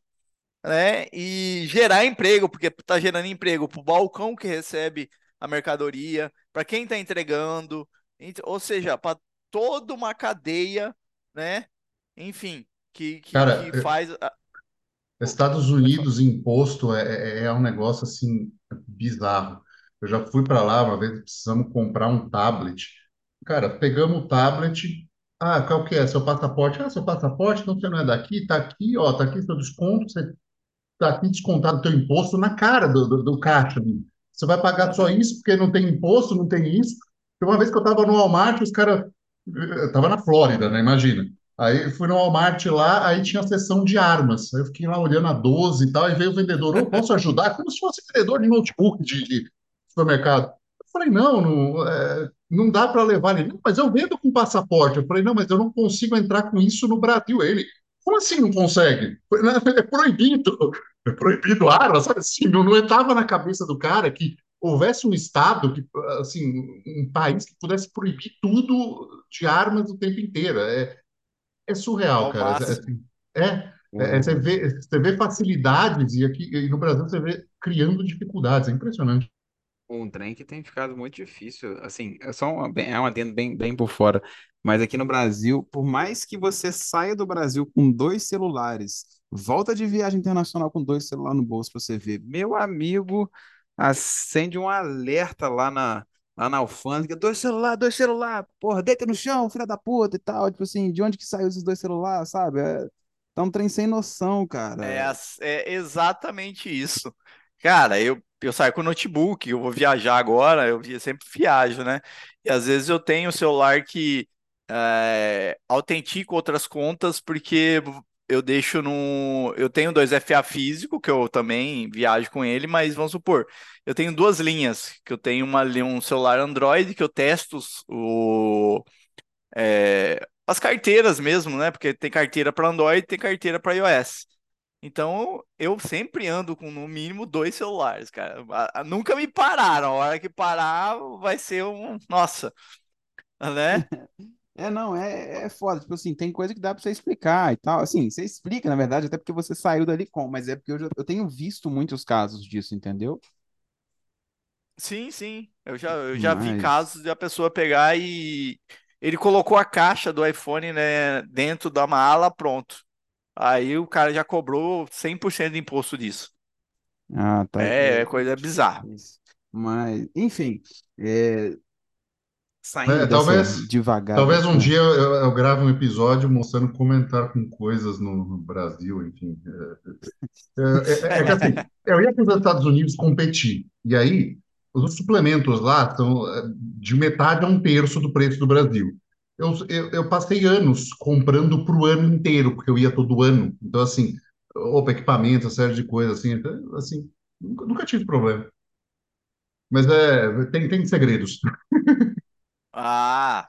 Speaker 2: né? E gerar emprego, porque tá gerando emprego pro balcão que recebe a mercadoria, para quem tá entregando, ent- ou seja, para toda uma cadeia, né? Enfim, que, que,
Speaker 1: Cara,
Speaker 2: que faz. a- o-
Speaker 1: Estados
Speaker 2: Pode falar.
Speaker 1: Unidos, imposto é, é, é um negócio assim bizarro. Eu já fui para lá uma vez, precisamos comprar um tablet. Cara, pegamos o tablet. Ah, qual que é? Seu passaporte? Ah, seu passaporte, então você não é daqui, tá aqui, ó, tá aqui seu desconto, você tá aqui descontado o teu imposto na cara do, do, do caixa. Amigo. Você vai pagar só
Speaker 2: Aham.
Speaker 1: isso porque não tem imposto, não tem isso. Tem uma vez que eu estava no Walmart, os caras. Eu tava na Flórida, né? Imagina. Aí eu fui no Walmart lá, aí tinha a seção de armas. Aí eu fiquei lá olhando a doze e tal, aí veio o vendedor, ô, posso ajudar? Como se fosse vendedor de notebook de, de supermercado. Eu falei, não, não, é, não dá para levar ele. Não, mas eu vendo com passaporte. Eu falei, não, mas eu não consigo entrar com isso no Brasil. Ele, como assim não consegue? É proibido. É proibido arma, sabe assim? Não, não estava na cabeça do cara que houvesse um Estado, que, assim, um país que pudesse proibir tudo de armas o tempo inteiro. É, é surreal,
Speaker 2: Ao
Speaker 1: cara. É,
Speaker 2: máximo.
Speaker 1: assim, é, é, é, você
Speaker 3: O,
Speaker 1: vê, você vê facilidades e aqui e no Brasil você vê criando dificuldades. É impressionante.
Speaker 3: um trem que tem ficado muito difícil. Assim, é só uma, bem- é uma adendo bem, bem por fora. Mas aqui no Brasil, por mais que você saia do Brasil com dois celulares, volta de viagem internacional com dois celulares no bolso pra você ver. Meu amigo, acende um alerta lá na, lá na alfândega. Dois celular, dois celular, porra, deita no chão, filha da puta e tal. Tipo assim, de onde que saiu esses dois celulares, sabe? É, tá um trem sem noção,
Speaker 2: É,
Speaker 3: cara.
Speaker 2: as- é exatamente isso. Cara, eu, eu saio com o notebook, eu vou viajar agora, eu vi- sempre viajo, né? E às vezes eu tenho o celular que é, autentico outras contas, porque eu deixo no. Eu tenho dois F A físico, que eu também viajo com ele, mas vamos supor, eu tenho duas linhas, que eu tenho uma, li- um celular Android, que eu testo os- o, é, as carteiras mesmo, né? Porque tem carteira para Android e tem carteira para iOS. Então, eu sempre ando com no mínimo dois celulares, cara. A- a- nunca me pararam. A hora que parar, vai ser um. Nossa, né?
Speaker 3: É, não, é, é foda. Tipo assim, tem coisa que dá pra você explicar e tal. Assim, você explica, na verdade, até porque você saiu dali com, mas é porque eu, já, eu tenho visto muitos casos disso, entendeu?
Speaker 2: Sim, sim. Eu já, eu já vi
Speaker 3: Mas.
Speaker 2: casos de a pessoa pegar e ele colocou a caixa do iPhone, né, dentro da mala, pronto. Aí o cara já cobrou cem por cento de imposto disso.
Speaker 3: Ah, tá.
Speaker 2: É,
Speaker 3: É,
Speaker 2: é coisa bizarra.
Speaker 3: isso. Mas, enfim. é, saindo
Speaker 1: É,
Speaker 3: dessa
Speaker 1: talvez,
Speaker 3: devagar.
Speaker 1: talvez um
Speaker 3: É.
Speaker 1: dia eu, eu grave um episódio mostrando como entrar com coisas no, no Brasil, enfim. É, é- é que assim, eu ia para os Estados Unidos competir, e aí os suplementos lá são é, de metade a um terço do preço do Brasil. Eu, eu, eu passei anos comprando para o ano inteiro, porque eu ia todo ano. Então, assim, opa, equipamento, uma série de coisas, assim, então, assim, nunca, nunca tive problema. Mas é, tem, tem segredos.
Speaker 2: Ah,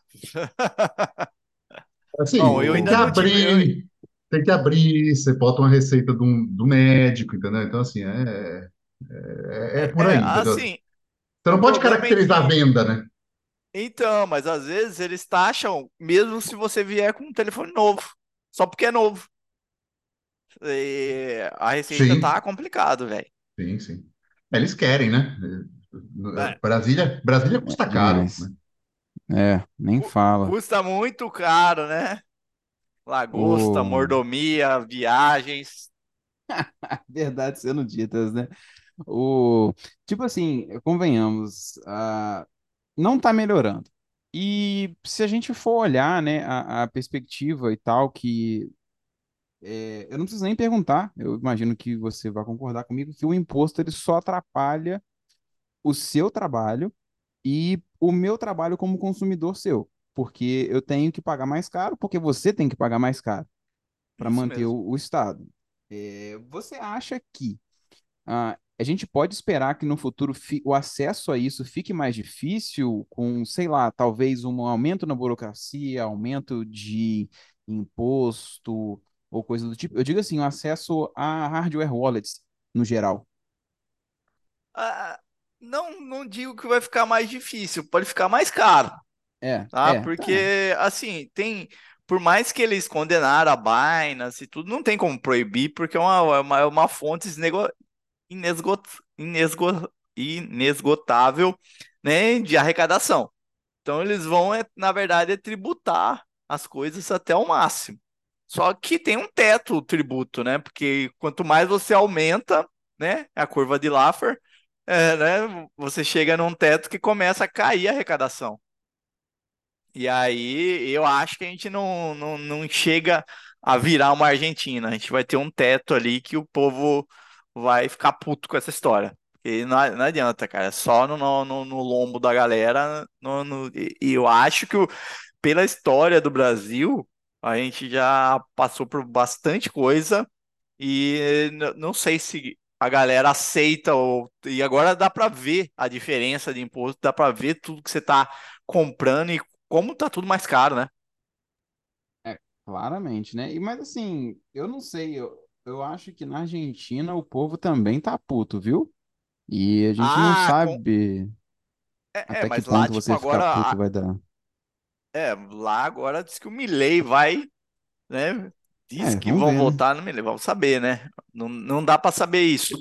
Speaker 2: bom,
Speaker 1: Assim,
Speaker 2: eu
Speaker 1: tem que
Speaker 2: ainda não
Speaker 3: O,
Speaker 2: tive. Eu,
Speaker 1: abrir, tem que abrir, você bota uma receita do, do médico, entendeu? Então, assim, é, é, é
Speaker 2: é,
Speaker 1: por
Speaker 2: é,
Speaker 1: aí, entendeu?
Speaker 2: assim,
Speaker 1: Você
Speaker 2: o
Speaker 1: não pode
Speaker 2: problema é
Speaker 1: caracterizar a
Speaker 2: que.
Speaker 1: venda, né?
Speaker 2: Então, mas às vezes eles taxam, mesmo se você vier com um telefone novo, só porque é novo. E a receita tá
Speaker 1: Sim,
Speaker 2: complicado, velho.
Speaker 1: sim, sim. Eles querem, né?
Speaker 2: É,
Speaker 1: Brasília, Brasília
Speaker 3: é
Speaker 1: custa caro, né?
Speaker 3: demais. É, nem
Speaker 2: cu-
Speaker 3: fala.
Speaker 2: custa muito caro, né? Lagosta,
Speaker 3: O,
Speaker 2: mordomia, viagens.
Speaker 3: verdade sendo ditas, né? O, tipo assim, convenhamos, ah, não tá melhorando. E se a gente for olhar, né, a, a perspectiva e tal, que é, eu não preciso nem perguntar, eu imagino que você vai concordar comigo, que o imposto ele só atrapalha o seu trabalho e o meu trabalho como consumidor seu, porque eu tenho que pagar mais caro, porque você tem que pagar mais caro para
Speaker 2: Isso
Speaker 3: manter
Speaker 2: mesmo.
Speaker 3: o, o Estado. É, você acha que ah, a gente pode esperar que no futuro fi- o acesso a isso fique mais difícil com, sei lá, talvez um aumento na burocracia, aumento de imposto ou coisa do tipo? Eu digo assim, o acesso a hardware wallets no geral.
Speaker 2: Ah, não, não digo que vai ficar mais difícil, pode ficar mais caro,
Speaker 3: É,
Speaker 2: tá?
Speaker 3: é, tá.
Speaker 2: Porque, assim, tem. Por mais que eles condenaram a Binance e tudo, não tem como proibir, porque é uma, é uma, é uma fonte inesgo- inesgot, inesgo- inesgotável, né, de arrecadação. Então, eles vão, é, na verdade, é tributar as coisas até o máximo. Só que tem um teto o tributo, né? Porque quanto mais você aumenta, né, a curva de Laffer, é, né, você chega num teto que começa a cair a arrecadação. E aí eu acho que a gente não, não, não chega a virar uma Argentina. A gente vai ter um teto ali que o povo vai ficar puto com essa história. E não, não adianta, cara. É só no, no, no- no lombo da galera. No, no- e e eu acho que o- pela história do Brasil, a gente já passou por bastante coisa e n- não sei se a galera aceita ou e agora dá para ver a diferença de imposto, dá para ver tudo que você tá comprando e como tá tudo mais caro, né?
Speaker 3: É, claramente, né? E, mas assim, eu não sei, eu, eu acho que na Argentina o povo também tá puto, viu? E a gente não
Speaker 2: Ah, com...
Speaker 3: sabe
Speaker 2: é, é,
Speaker 3: até que
Speaker 2: mas lá,
Speaker 3: ponto
Speaker 2: tipo,
Speaker 3: você ficar
Speaker 2: agora,
Speaker 3: puto
Speaker 2: a-
Speaker 3: vai dar.
Speaker 2: é, lá agora diz que o Milei vai, né? Diz
Speaker 3: É,
Speaker 2: que
Speaker 3: vamos
Speaker 2: vão
Speaker 3: ver, né?
Speaker 2: votar no Milei, vamos saber, né? Não, não dá para saber isso,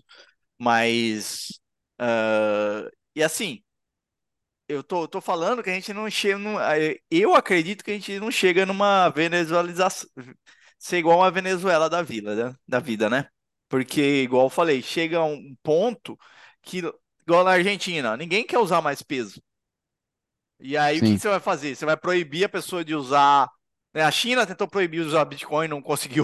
Speaker 2: mas, ah, e assim, eu tô, tô falando que a gente não chega, num- eh, eu acredito que a gente não chega numa venezuelização, ser igual uma Venezuela da vida, né? Da vida, né? Porque, igual eu falei, chega a um ponto que, igual na Argentina, ninguém quer usar mais peso. E aí, o que que
Speaker 3: Sim,
Speaker 2: você vai fazer? Você vai proibir a pessoa de usar. Né? A China tentou proibir usar Bitcoin, não conseguiu.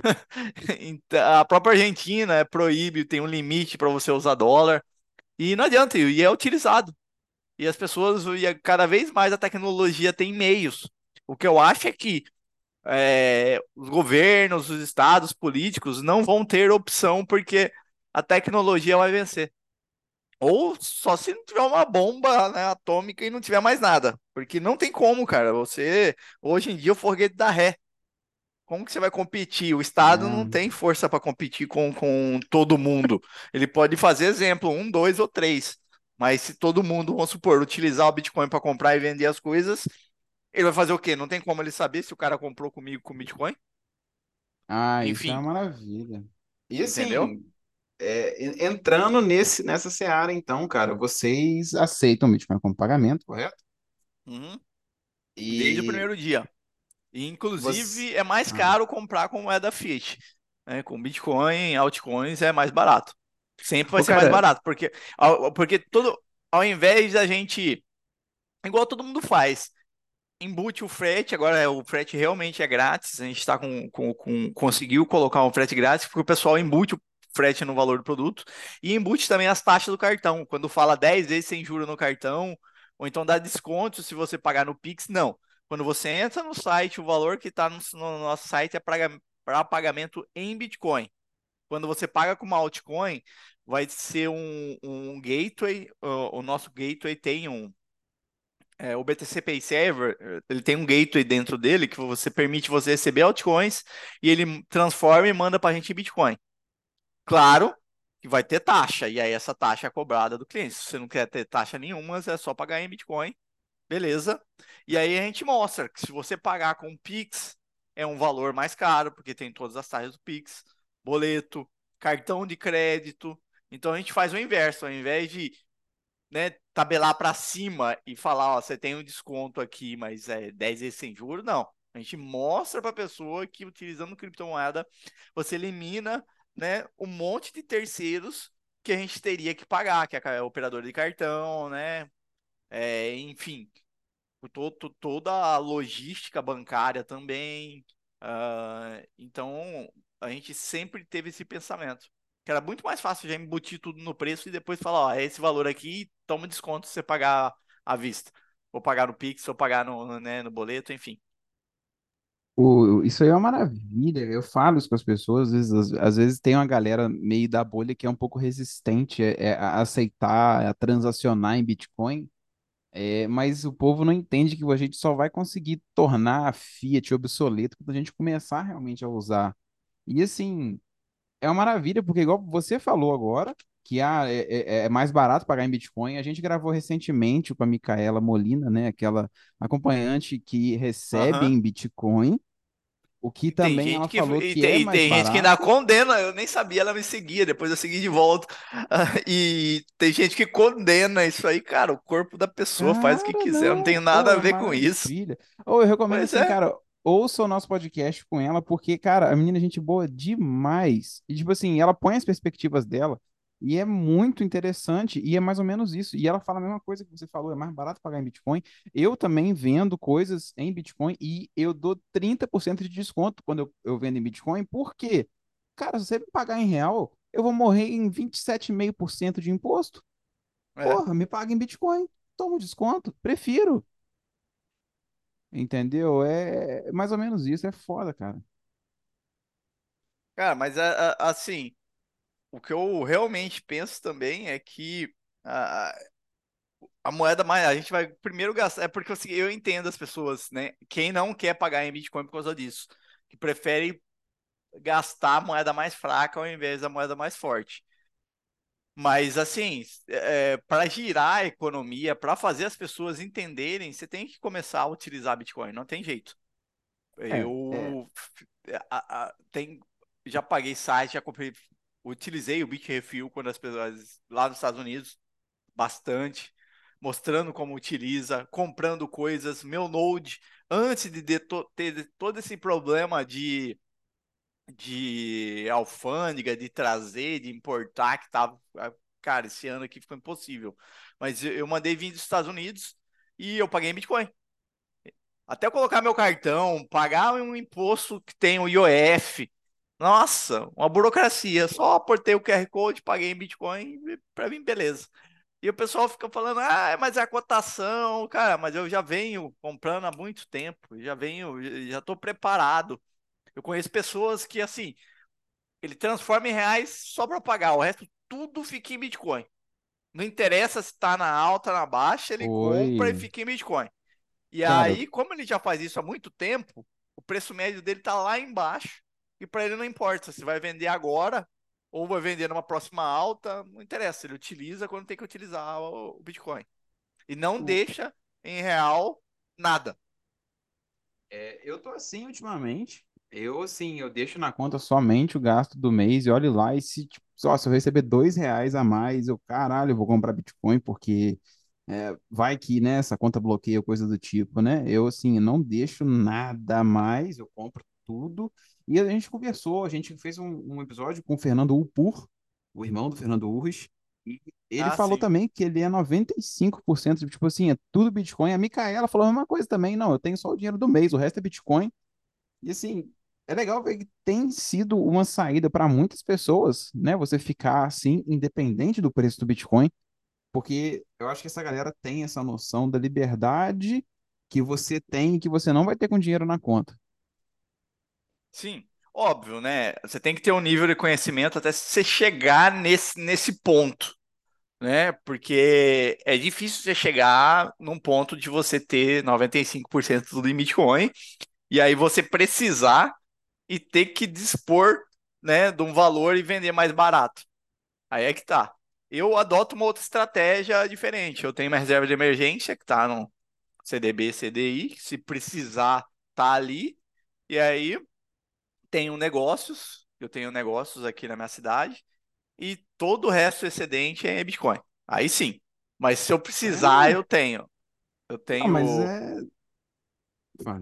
Speaker 2: Então, a própria Argentina é, proíbe, tem um limite para você usar dólar. E não adianta, e é utilizado. E as pessoas, e é cada vez mais a tecnologia tem meios. O que eu acho é que é, os governos, os estados políticos não vão ter opção porque a tecnologia vai vencer. Ou só se não tiver uma bomba, né, atômica e não tiver mais nada. Porque não tem como, cara. Você, hoje em dia, o foguete dá ré. Como que você vai competir? O Estado não
Speaker 3: é.
Speaker 2: tem força para competir com, com todo mundo. Ele pode fazer exemplo, um, dois ou três. Mas se todo mundo, vamos supor, utilizar o Bitcoin para comprar e vender as coisas, ele vai fazer o quê? Não tem como ele saber se o cara comprou comigo com Bitcoin?
Speaker 3: Ah, isso é
Speaker 2: Enfim,
Speaker 3: uma maravilha. E
Speaker 2: entendeu?
Speaker 3: assim, é, en- entrando nesse, nessa seara, então, cara, vocês aceitam o Bitcoin como pagamento, correto?
Speaker 2: Uhum. Desde o
Speaker 3: E
Speaker 2: primeiro dia. E,
Speaker 3: você.
Speaker 2: inclusive, é mais
Speaker 3: Ah,
Speaker 2: caro comprar com moeda fiat. Né? Com Bitcoin, altcoins é mais barato. Sempre vai
Speaker 3: ô,
Speaker 2: ser mais
Speaker 3: cara,
Speaker 2: barato, porque, ao- porque todo, ao invés da gente igual todo mundo faz. Embute o frete, agora é, o frete realmente é grátis. A gente está com, com, com- conseguiu colocar um frete grátis, porque o pessoal embute o frete no valor do produto e embute também as taxas do cartão. Quando fala dez vezes sem juros no cartão, ou então dá desconto se você pagar no Pix, não. Quando você entra no site, o valor que está no, no nosso site é para pagamento em Bitcoin. Quando você paga com uma altcoin, vai ser um, um gateway. O, o nosso gateway tem um é, o B T C Pay Server, eh, ele tem um gateway dentro dele que você permite você receber altcoins e ele transforma e manda para a gente em Bitcoin. Claro que vai ter taxa, e aí essa taxa é cobrada do cliente. Se você não quer ter taxa nenhuma, é só pagar em Bitcoin, beleza? E aí a gente mostra que se você pagar com Pix, é um valor mais caro, porque tem todas as taxas do Pix, boleto, cartão de crédito. Então a gente faz o inverso, ao invés de, né, tabelar para cima e falar, ó, você tem um desconto aqui, mas é dez vezes sem juros, não. A gente mostra para a pessoa que utilizando criptomoeda você elimina, né, um monte de terceiros que a gente teria que pagar, que é a operadora de cartão, né, é, enfim, to- to- toda a logística bancária também. Ah, então, a gente sempre teve esse pensamento. Que era muito mais fácil já embutir tudo no preço e depois falar, ó, é esse valor aqui, toma desconto se você pagar à vista. Ou pagar no Pix, ou pagar no, né, no boleto, enfim.
Speaker 3: O, isso aí é uma maravilha. Eu falo isso com as pessoas, às vezes, às, às vezes tem uma galera meio da bolha que é um pouco resistente é, é, a aceitar, a transacionar em Bitcoin, é, mas o povo não entende que a gente só vai conseguir tornar a Fiat obsoleta quando a gente começar realmente a usar. E assim, é uma maravilha, porque igual você falou agora, que ah, é, é- é mais barato pagar em Bitcoin, a gente gravou recentemente com a Micaela Molina, né, aquela acompanhante que recebe
Speaker 2: Aham.
Speaker 3: em Bitcoin, o que
Speaker 2: E tem
Speaker 3: também
Speaker 2: gente
Speaker 3: ela
Speaker 2: que
Speaker 3: falou
Speaker 2: e
Speaker 3: que
Speaker 2: tem,
Speaker 3: é
Speaker 2: e
Speaker 3: mais
Speaker 2: tem gente que ainda
Speaker 3: barato.
Speaker 2: condena, eu nem sabia, ela me seguia, depois eu segui de volta. E tem gente que condena isso aí, cara, o corpo da pessoa faz o que
Speaker 3: Cara,
Speaker 2: quiser, eu não tenho
Speaker 3: não.
Speaker 2: nada
Speaker 3: Ou
Speaker 2: a
Speaker 3: é
Speaker 2: ver com isso.
Speaker 3: maravilha. Ou eu recomendo
Speaker 2: Pois
Speaker 3: assim,
Speaker 2: é.
Speaker 3: cara, ouça o nosso podcast com ela, porque, cara, a menina é gente boa demais. E, tipo assim, ela põe as perspectivas dela e é muito interessante. E é mais ou menos isso. E ela fala a mesma coisa que você falou, é mais barato pagar em Bitcoin. Eu também vendo coisas em Bitcoin e eu dou trinta por cento de desconto quando eu, eu vendo em Bitcoin. Por quê? Cara, se você me pagar em real, eu vou morrer em vinte e sete vírgula cinco por cento de imposto.
Speaker 2: É.
Speaker 3: Porra, me paga em Bitcoin. Toma um desconto. Prefiro. Entendeu? É mais ou menos isso. É foda, cara.
Speaker 2: Cara, mas a- a- assim, o que eu realmente penso também é que a, a moeda mais. A gente vai primeiro gastar. É porque assim, eu entendo as pessoas, né? Quem não quer pagar em Bitcoin por causa disso, que prefere gastar a moeda mais fraca ao invés da moeda mais forte. Mas assim, para girar a economia, para fazer as pessoas entenderem, você tem que começar a utilizar Bitcoin, não tem jeito.
Speaker 3: É, é.
Speaker 2: Eu a- a- tem, já paguei site, já comprei, utilizei o Bitrefill quando as pessoas lá nos Estados Unidos bastante, mostrando como utiliza, comprando coisas, meu Node, antes de, de to- ter todo esse problema de, de alfândega, de trazer, de importar, que tava, ah, cara, esse ano aqui ficou impossível. Mas eu eu mandei vir dos Estados Unidos e eu paguei em Bitcoin. Até colocar meu cartão, pagar um imposto que tem o I O F. Nossa, uma burocracia. Só aportei o Q R Code, paguei em Bitcoin e pra mim, beleza. E o pessoal fica falando, ah, mas é a cotação, cara, mas eu já venho comprando há muito tempo, já venho, já estou preparado. Eu conheço pessoas que, assim, ele transforma em reais só para pagar, o resto tudo fica em Bitcoin. Não interessa se está na alta, na baixa, ele compra e
Speaker 3: Oi.
Speaker 2: fica em Bitcoin. E
Speaker 3: Cara,
Speaker 2: aí, como ele já faz isso há muito tempo, o preço médio dele tá lá embaixo. E para ele não importa se vai vender agora ou vai vender numa próxima alta, não interessa. Ele utiliza quando tem que utilizar o Bitcoin. E não
Speaker 3: o,
Speaker 2: deixa em real nada.
Speaker 3: é, eu tô assim ultimamente. Eu, assim, eu deixo na conta somente o gasto do mês e olho lá e se, tipo, só, se eu receber dois reais a mais, eu, caralho, eu vou comprar Bitcoin porque é, vai que, né, essa conta bloqueia, coisa do tipo, né? Eu, assim, não deixo nada a mais, eu compro tudo. E a gente conversou, a gente fez um, um episódio com o Fernando Upur, o irmão do Fernando Urris, E ele
Speaker 2: Ah,
Speaker 3: falou
Speaker 2: sim.
Speaker 3: também que ele é noventa e cinco por cento, tipo assim, é tudo Bitcoin. A Micaela falou a mesma coisa também. Não, eu tenho só o dinheiro do mês, o resto é Bitcoin. E assim, é legal ver que tem sido uma saída para muitas pessoas, né? Você ficar assim, independente do preço do Bitcoin, porque eu acho que essa galera tem essa noção da liberdade que você tem e que você não vai ter com dinheiro na conta.
Speaker 2: Sim, óbvio, né? Você tem que ter um nível de conhecimento até você chegar nesse, nesse ponto, né? Porque é difícil você chegar num ponto de você ter noventa e cinco por cento do Bitcoin e aí você precisar e ter que dispor, né, de um valor e vender mais barato. Aí é que tá. Eu adoto uma outra estratégia diferente. Eu tenho uma reserva de emergência que tá no C D B, C D I, que se precisar tá ali. E aí tenho negócios, eu tenho negócios aqui na minha cidade e todo o resto excedente é Bitcoin. Aí sim. Mas se eu precisar,
Speaker 3: É,
Speaker 2: eu tenho. Eu
Speaker 3: não, mas
Speaker 2: tenho.
Speaker 3: é. Fale.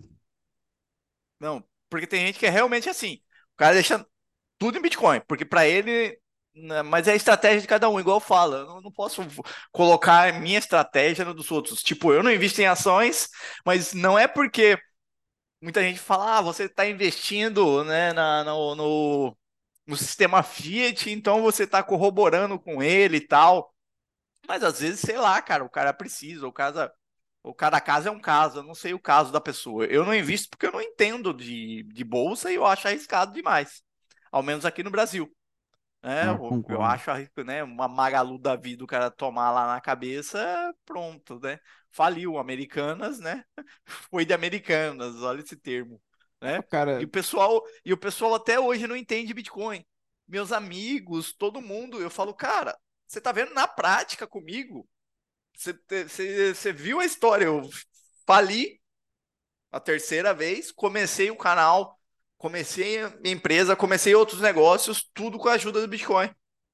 Speaker 2: Não, porque tem gente que é realmente assim. O cara deixa tudo em Bitcoin, porque para ele. Né, mas é a estratégia de cada um, igual fala. Eu não, não posso colocar a minha estratégia no dos outros. Tipo, eu não invisto em ações, mas não é porque muita gente fala, ah, você está investindo, né, na, no, no, no sistema Fiat, então você está corroborando com ele e tal. Mas às vezes, sei lá, cara, o cara precisa, o cara, o cada caso é um caso, eu não sei o caso da pessoa. Eu não invisto porque eu não entendo de, de bolsa e eu acho arriscado demais. Ao menos aqui no Brasil. É,
Speaker 3: Não,
Speaker 2: eu eu
Speaker 3: concordo.
Speaker 2: acho, né, uma Magalu da vida o cara tomar lá na cabeça, pronto, né? Faliu, Americanas, né? Foi de Americanas, olha esse termo,
Speaker 3: Não,
Speaker 2: né? E
Speaker 3: cara,
Speaker 2: o pessoal, e o pessoal até hoje não entende Bitcoin. Meus amigos, todo mundo, eu falo, cara, você tá vendo na prática comigo? Você, você, você viu a história? Eu fali a terceira vez, comecei o canal, comecei a minha empresa, comecei outros negócios, tudo com a ajuda do Bitcoin.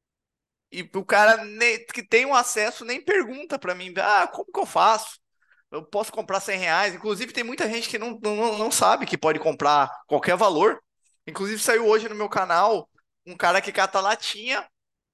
Speaker 2: E o cara nem- que tem um acesso nem pergunta para mim, ah, como que eu faço? Eu posso comprar cem reais. Inclusive, tem muita gente que não, não, não sabe que pode comprar qualquer valor. Inclusive, saiu hoje no meu canal um cara que cata latinha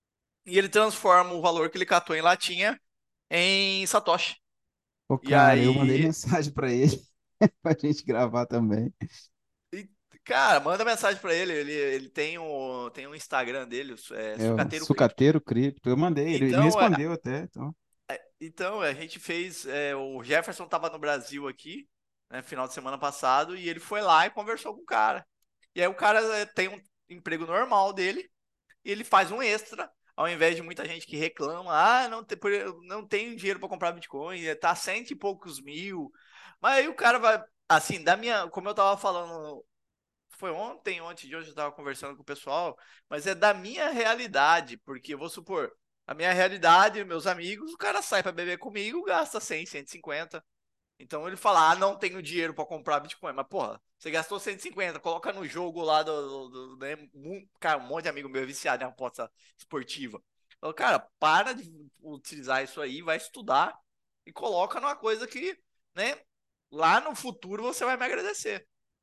Speaker 2: e ele transforma o valor que ele catou em latinha em Satoshi.
Speaker 3: pô,
Speaker 2: E
Speaker 3: cara, eu mandei
Speaker 2: aí,
Speaker 3: mensagem pra ele pra gente gravar também.
Speaker 2: e, cara, manda mensagem para ele. Ele, ele tem o, tem um Instagram dele, é
Speaker 3: É o
Speaker 2: Sucateiro Cripto.
Speaker 3: Sucateiro Cripto. Eu mandei, ele me
Speaker 2: Então, é,
Speaker 3: respondeu até. Então,
Speaker 2: Então, a gente fez. É, o Jefferson estava no Brasil aqui, né, final de semana passado, e ele foi lá e conversou com o cara. E aí o cara é, tem um emprego normal dele, e ele faz um extra, ao invés de muita gente que reclama, ah, não, tem, não tenho dinheiro para comprar Bitcoin, é, tá cento e poucos mil. Mas aí o cara vai, assim, da minha, como eu tava falando, foi ontem, ontem de hoje eu estava conversando com o pessoal, mas é da minha realidade, porque eu vou supor, a minha realidade, meus amigos, o cara sai para beber comigo, gasta cem, cento e cinquenta. Então ele fala, ah, não tenho dinheiro para comprar Bitcoin, mas porra, você gastou cento e cinquenta, coloca no jogo lá do, do, do né? Cara, um monte de amigo meu é viciado em aposta esportiva. Então, cara, para de utilizar isso aí, vai estudar e coloca numa coisa que, né, lá no futuro você vai me agradecer.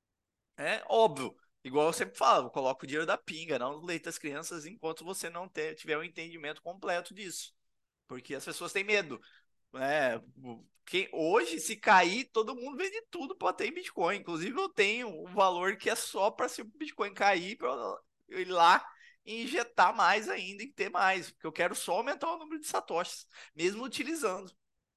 Speaker 2: É óbvio. Igual eu sempre falo, coloca o dinheiro da pinga, não no leite das crianças, enquanto você não ter, tiver um entendimento completo disso. Porque as pessoas têm medo. Né? Quem, hoje, se cair, todo mundo vende tudo para ter em Bitcoin. Inclusive, eu tenho um valor que é só para se o Bitcoin cair, para eu ir lá e injetar mais ainda e ter mais. Porque eu quero só aumentar o número de satoshis, mesmo utilizando.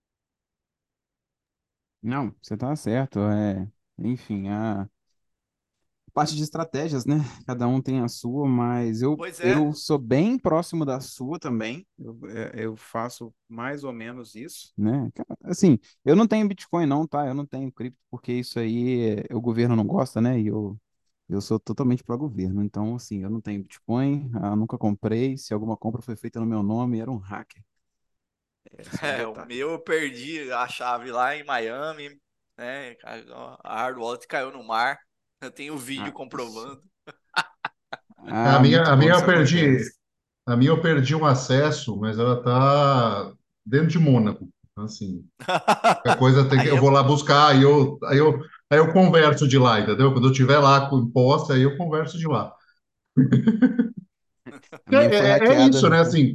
Speaker 3: não, você tá certo. É, enfim, a parte de estratégias, né? Cada um tem a sua, mas eu,
Speaker 2: Pois é.
Speaker 3: eu sou bem próximo da sua também. Eu, é, eu faço mais ou menos isso, né? Cara, assim, eu não tenho Bitcoin não, tá? Eu não tenho cripto, porque isso aí é- o governo não gosta, né? E eu, eu sou totalmente pró-governo. Então, assim, eu não tenho Bitcoin, ah, nunca comprei. Se alguma compra foi feita no meu nome, era um hacker. Esse é o
Speaker 2: É, o
Speaker 3: detalhe.
Speaker 2: meu eu perdi a chave lá em Miami, né? A hard wallet caiu no mar. Eu tenho vídeo
Speaker 3: Ah, ixi.
Speaker 2: comprovando.
Speaker 1: A
Speaker 3: Ah,
Speaker 1: minha,
Speaker 3: muito
Speaker 1: a
Speaker 3: bom
Speaker 1: minha
Speaker 3: que
Speaker 1: eu
Speaker 3: isso
Speaker 1: perdi,
Speaker 3: acontece.
Speaker 1: a minha eu perdi um acesso, mas ela tá dentro de Mônaco. Então, assim, a coisa tem que,
Speaker 2: Aí
Speaker 1: eu
Speaker 2: é
Speaker 1: vou lá
Speaker 2: bom.
Speaker 1: buscar, aí eu, aí eu, aí eu converso de lá, entendeu? Quando eu estiver lá com imposto, aí eu converso de lá.
Speaker 3: A
Speaker 1: É,
Speaker 3: minha foi
Speaker 1: é, é isso,
Speaker 3: hackeada
Speaker 1: né?
Speaker 3: por...
Speaker 1: Assim,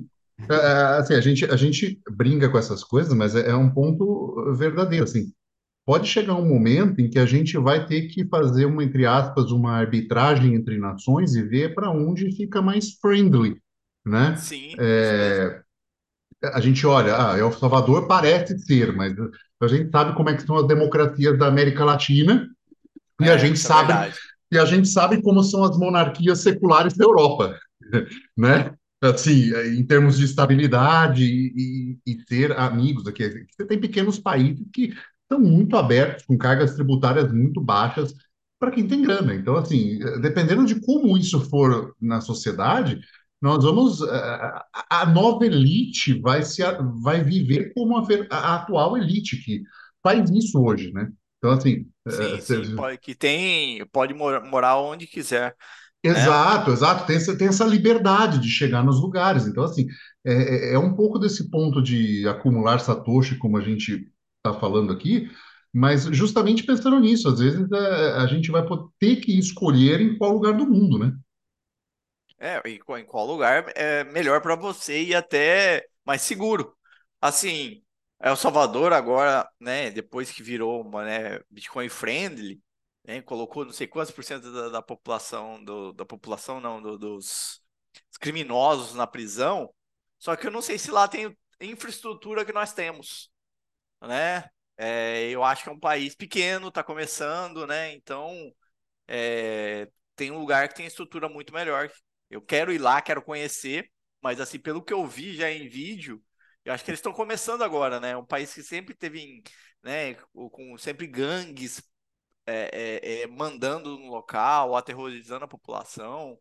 Speaker 1: É, é, assim, a gente, a gente brinca com essas coisas, mas é, é um ponto verdadeiro, assim. Pode chegar um momento em que a gente vai ter que fazer uma, entre aspas, uma arbitragem entre nações e ver para onde fica mais friendly, né?
Speaker 2: Sim, isso mesmo.
Speaker 1: É, a gente olha, ah, El Salvador parece ser, mas a gente sabe como é que são as democracias da América Latina e a
Speaker 2: É,
Speaker 1: gente
Speaker 2: isso é
Speaker 1: sabe
Speaker 2: verdade.
Speaker 1: e a gente sabe como são as monarquias seculares da Europa, né? Assim, em termos de estabilidade e, e, e ter amigos aqui. Você tem pequenos países que estão muito abertos, com cargas tributárias muito baixas para quem tem grana. Então, assim, dependendo de como isso for na sociedade, nós vamos. A, a nova elite vai, se, vai viver como a, a atual elite que faz isso hoje, né? Então, assim,
Speaker 2: Sim, sim, pode, que tem, pode mor- morar onde quiser, né?
Speaker 1: exato, exato. Tem essa, tem essa liberdade de chegar nos lugares. Então, assim, é, é é um pouco desse ponto de acumular satoshi, como a gente está falando aqui, mas justamente pensando nisso, às vezes é, a gente vai po- ter que escolher em qual lugar do mundo, né?
Speaker 2: É, e qual- em qual lugar é melhor para você e até mais seguro. Assim, El Salvador agora, né, depois que virou uma, né, Bitcoin friendly, né, colocou não sei quantos por cento da, da população, do, da população não, do- dos criminosos na prisão, só que eu não sei se lá tem infraestrutura que nós temos, né? É, eu acho que é um país pequeno, está começando, né? Então é, tem um lugar que tem estrutura muito melhor. Eu quero ir lá, quero conhecer, mas assim, pelo que eu vi já em vídeo, eu acho que eles estão começando agora, né? Um país que sempre teve, né, com sempre gangues é, é, é, mandando no local, aterrorizando a população.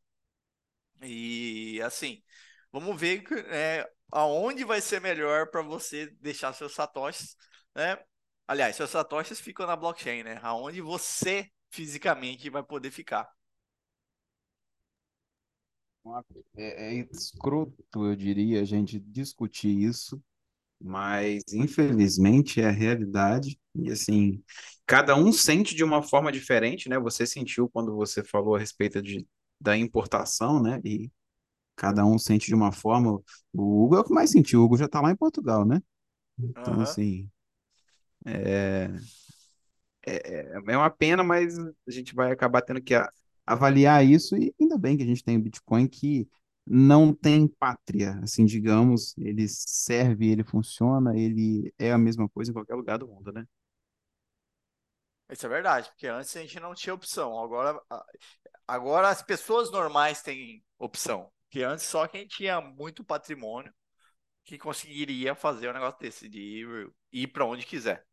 Speaker 2: E assim, vamos ver é, aonde vai ser melhor para você deixar seus satoshis, né? Aliás, seus satoshis ficam na blockchain, né? Aonde você fisicamente vai poder ficar.
Speaker 3: É, é escroto, eu diria, a gente discutir isso, mas infelizmente é a realidade. E assim, cada um sente de uma forma diferente, né? Você sentiu quando você falou a respeito de, da importação, né? E cada um sente de uma forma. O Hugo é o que mais sentiu, o Hugo já está lá em Portugal, né? Então,
Speaker 2: Aham.
Speaker 3: assim, é, é, é uma pena, mas a gente vai acabar tendo que a- avaliar isso, e ainda bem que a gente tem o Bitcoin que não tem pátria, assim, digamos, ele serve, ele funciona, ele é a mesma coisa em qualquer lugar do mundo, né?
Speaker 2: Isso é verdade, porque antes a gente não tinha opção. Agora, agora as pessoas normais têm opção. Porque antes só quem tinha muito patrimônio que conseguiria fazer um negócio desse, de ir, ir para onde quiser.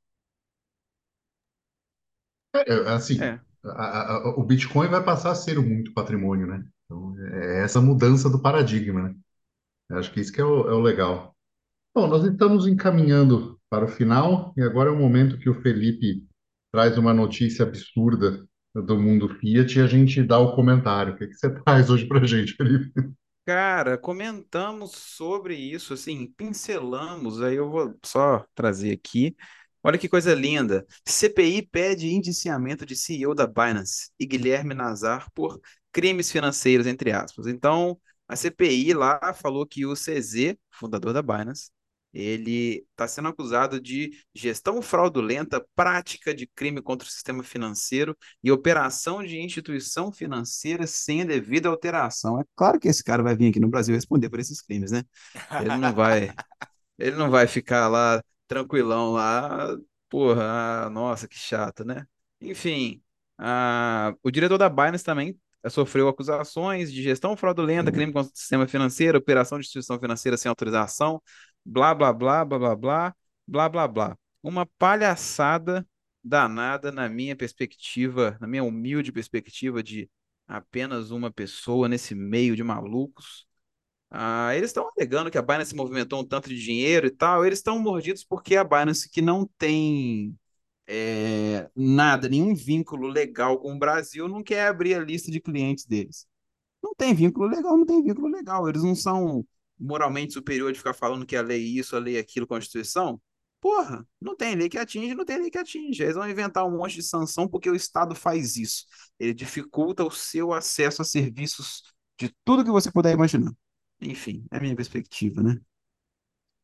Speaker 1: É, é, assim,
Speaker 3: É.
Speaker 1: a- a- o Bitcoin vai passar a ser muito patrimônio, né? Então, é essa mudança do paradigma, né? Eu acho que isso que é o, é o legal. Bom, nós estamos encaminhando para o final e agora é o momento que o Felipe traz uma notícia absurda do mundo Fiat e a gente dá o comentário. O que que você traz hoje para a gente, Felipe?
Speaker 3: Cara, comentamos sobre isso, assim, pincelamos, aí eu vou só trazer aqui. Olha que coisa linda. C P I pede indiciamento de C E O da Binance e Guilherme Nazar por crimes financeiros, entre aspas. Então, a C P I lá falou que o C Z, fundador da Binance, ele está sendo acusado de gestão fraudulenta, prática de crime contra o sistema financeiro e operação de instituição financeira sem a devida alteração. É claro que esse cara vai vir aqui no Brasil responder por esses crimes, né? Ele não vai, ele não vai ficar lá tranquilão lá, porra, ah, nossa, que chato, né? Enfim, ah, o diretor da Binance também sofreu acusações de gestão fraudulenta, crime contra o sistema financeiro, operação de instituição financeira sem autorização, blá, blá, blá, blá, blá, blá, blá, blá, blá. Uma palhaçada danada na minha perspectiva, na minha humilde perspectiva de apenas uma pessoa nesse meio de malucos. Ah, eles estão alegando que a Binance movimentou um tanto de dinheiro e tal. Eles estão mordidos porque a Binance, que não tem é, nada, nenhum vínculo legal com o Brasil, não quer abrir a lista de clientes deles. Não tem vínculo legal, não tem vínculo legal. Eles não são moralmente superior de ficar falando que a lei é isso, a lei é aquilo, Constituição. Porra, não tem lei que atinge, não tem lei que atinge. Eles vão inventar um monte de sanção porque o Estado faz isso. Ele dificulta o seu acesso a serviços de tudo que você puder imaginar. Enfim, é a minha perspectiva, né?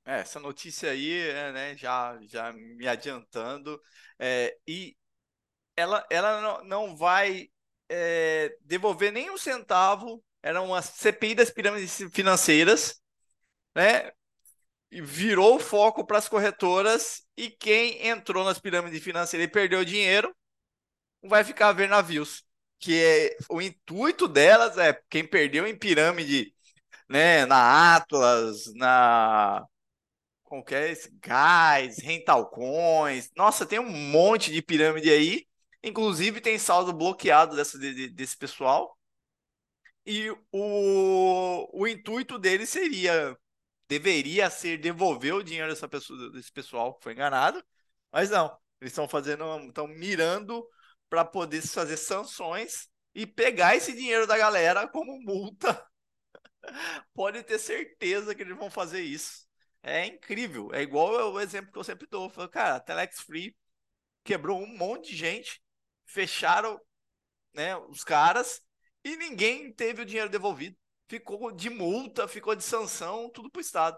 Speaker 2: É, essa notícia aí, é, né, já, já me adiantando, é, e ela, ela não, não vai é, devolver nem um centavo. Era uma C P I das pirâmides financeiras, né? E virou o foco para as corretoras. E quem entrou nas pirâmides financeiras e perdeu dinheiro vai ficar a ver navios. Que é, o intuito delas é quem perdeu em pirâmide, né? Na Atlas, na qualquer esse, gás, rental coins. Nossa, tem um monte de pirâmide aí. Inclusive tem saldo bloqueado dessa, de- de- desse pessoal. E o, o intuito dele seria, deveria ser devolver o dinheiro dessa pessoa, desse pessoal que foi enganado, mas não. Eles estão fazendo, estão mirando para poder fazer sanções e pegar esse dinheiro da galera como multa. Pode ter certeza que eles vão fazer isso. É incrível. É igual o exemplo que eu sempre dou. Falo, cara, a Telex Free quebrou um monte de gente, fecharam, né, os caras e ninguém teve o dinheiro devolvido. Ficou de multa, ficou de sanção, tudo pro Estado.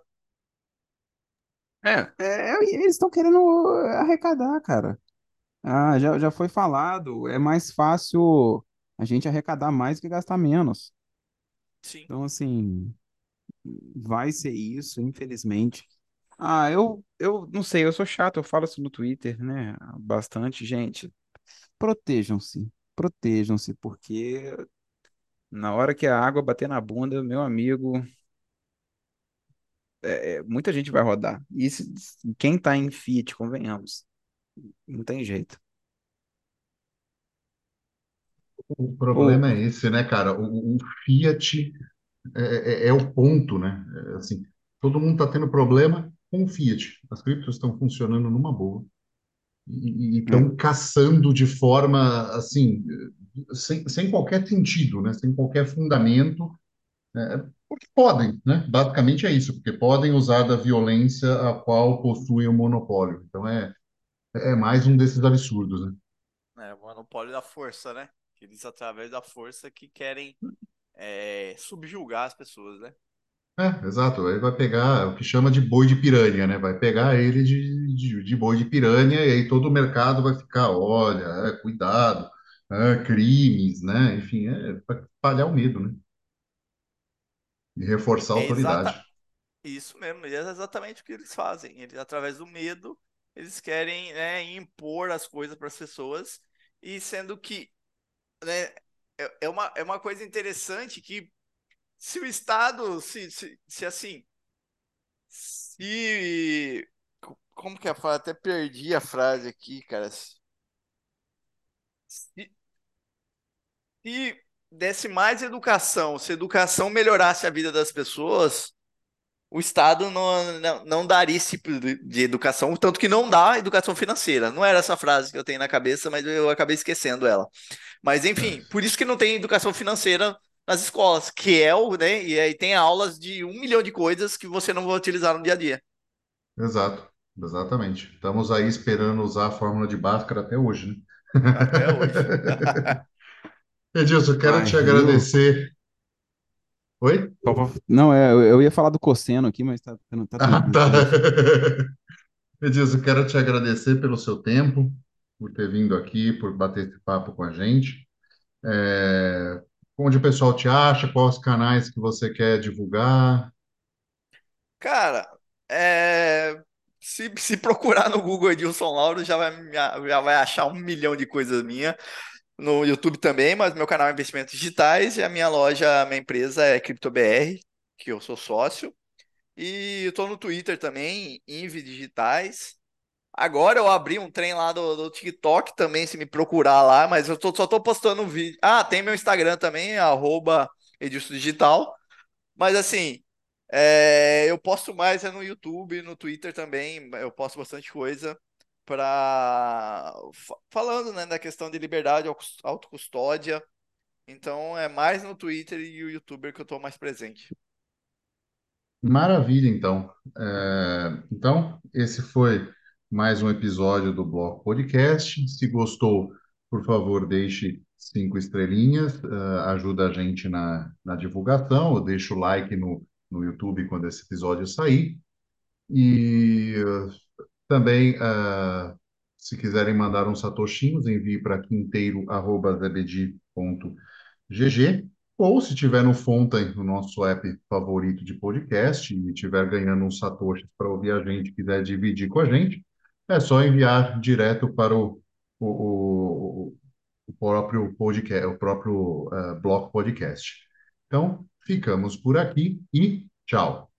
Speaker 3: É, é, eles estão querendo arrecadar, cara. Ah, já, já foi falado, é mais fácil a gente arrecadar mais que gastar menos.
Speaker 2: Sim.
Speaker 3: Então, assim, vai ser isso, infelizmente. Ah, eu, eu não sei, eu sou chato, eu falo isso no Twitter, né? Bastante, gente. Protejam-se, protejam-se, porque na hora que a água bater na bunda, meu amigo, é, muita gente vai rodar. E se- quem tá em Fiat, convenhamos, não tem jeito.
Speaker 1: O
Speaker 3: Ou,
Speaker 1: problema é esse, né, cara? O, o Fiat é, é- é o ponto, né? É, assim, todo mundo está tendo problema com o Fiat. As criptos estão funcionando numa boa e
Speaker 3: é,
Speaker 1: estão caçando de forma assim, sem, sem qualquer sentido, né? Sem qualquer fundamento, porque podem, né? Basicamente é isso, porque podem usar da violência a qual possuem o monopólio. Então é, é mais um desses absurdos, né?
Speaker 2: É o monopólio da força, né? Eles, através da força, que querem é, subjugar as pessoas, né?
Speaker 1: É, exato. Aí vai pegar o que chama de boi de piranha, né? Vai pegar ele de, de, de boi de piranha e aí todo o mercado vai ficar, olha, é, cuidado, é, crimes, né? Enfim, é para espalhar o medo, né? E reforçar a
Speaker 2: É
Speaker 1: autoridade.
Speaker 2: exata isso mesmo, é exatamente o que eles fazem. Eles, através do medo, eles querem, né, impor as coisas para as pessoas, e sendo que, né, é, é uma, é uma coisa interessante que se o Estado, se, se, se assim, se. Como que é a frase? Até perdi a frase aqui, cara. Se, se desse mais educação, se a educação melhorasse a vida das pessoas, o Estado não, não, não daria esse tipo de de educação, tanto que não dá educação financeira. Não era essa frase que eu tenho na cabeça, mas eu acabei esquecendo ela. Mas enfim,
Speaker 1: É,
Speaker 2: por isso que não tem educação financeira nas escolas, que é o, né? E aí tem aulas de um milhão de coisas que você não vai utilizar no dia a dia.
Speaker 1: exato, exatamente. Estamos aí esperando usar a fórmula de Bhaskara até hoje, né?
Speaker 2: Até hoje.
Speaker 1: Edilson, quero
Speaker 3: ai,
Speaker 1: te
Speaker 3: eu,
Speaker 1: agradecer. Oi?
Speaker 3: não, é, eu, eu ia falar do cosseno aqui, mas tá, tá
Speaker 1: Ah,
Speaker 3: tranquilo,
Speaker 1: tá.
Speaker 3: pode deixar.
Speaker 1: Edilson, quero te agradecer pelo seu tempo, por ter vindo aqui, por bater esse papo com a gente. É, onde o pessoal te acha, quais os canais que você quer divulgar.
Speaker 2: Cara, é, se, se procurar no Google Edilson Lauro, já vai, me- já vai achar um milhão de coisas minhas. No YouTube também, mas meu canal é Investimentos Digitais e a minha loja, a minha empresa é CryptoBR, que eu sou sócio. E eu tô no Twitter também, Invi Digitais. Agora eu abri um trem lá do, do TikTok também, se me procurar lá, mas eu tô- só tô postando um vídeo. Ah, tem meu Instagram também, arroba Edilson Digital. Mas assim, é, eu posto mais é no YouTube, no Twitter também. Eu posto bastante coisa para falando, né, da questão de liberdade, autocustódia. Então é mais no Twitter e o YouTuber que eu tô mais presente.
Speaker 1: Maravilha, então. É, então, esse foi mais um episódio do Bloco Podcast. Se gostou, por favor, deixe cinco estrelinhas, eh, ajuda a gente na, na divulgação, ou deixa o like no, no YouTube quando esse episódio sair. E uh, também, uh, se quiserem mandar uns satoshinhos, envie para quinteiro arroba zebedi ponto G G, ou se tiver no Fontaine, no nosso app favorito de podcast, e estiver ganhando uns satoshis para ouvir a gente, quiser dividir com a gente, é só enviar direto para o, o, o, o próprio podcast, o próprio uh, bloco podcast. Então, ficamos por aqui e tchau.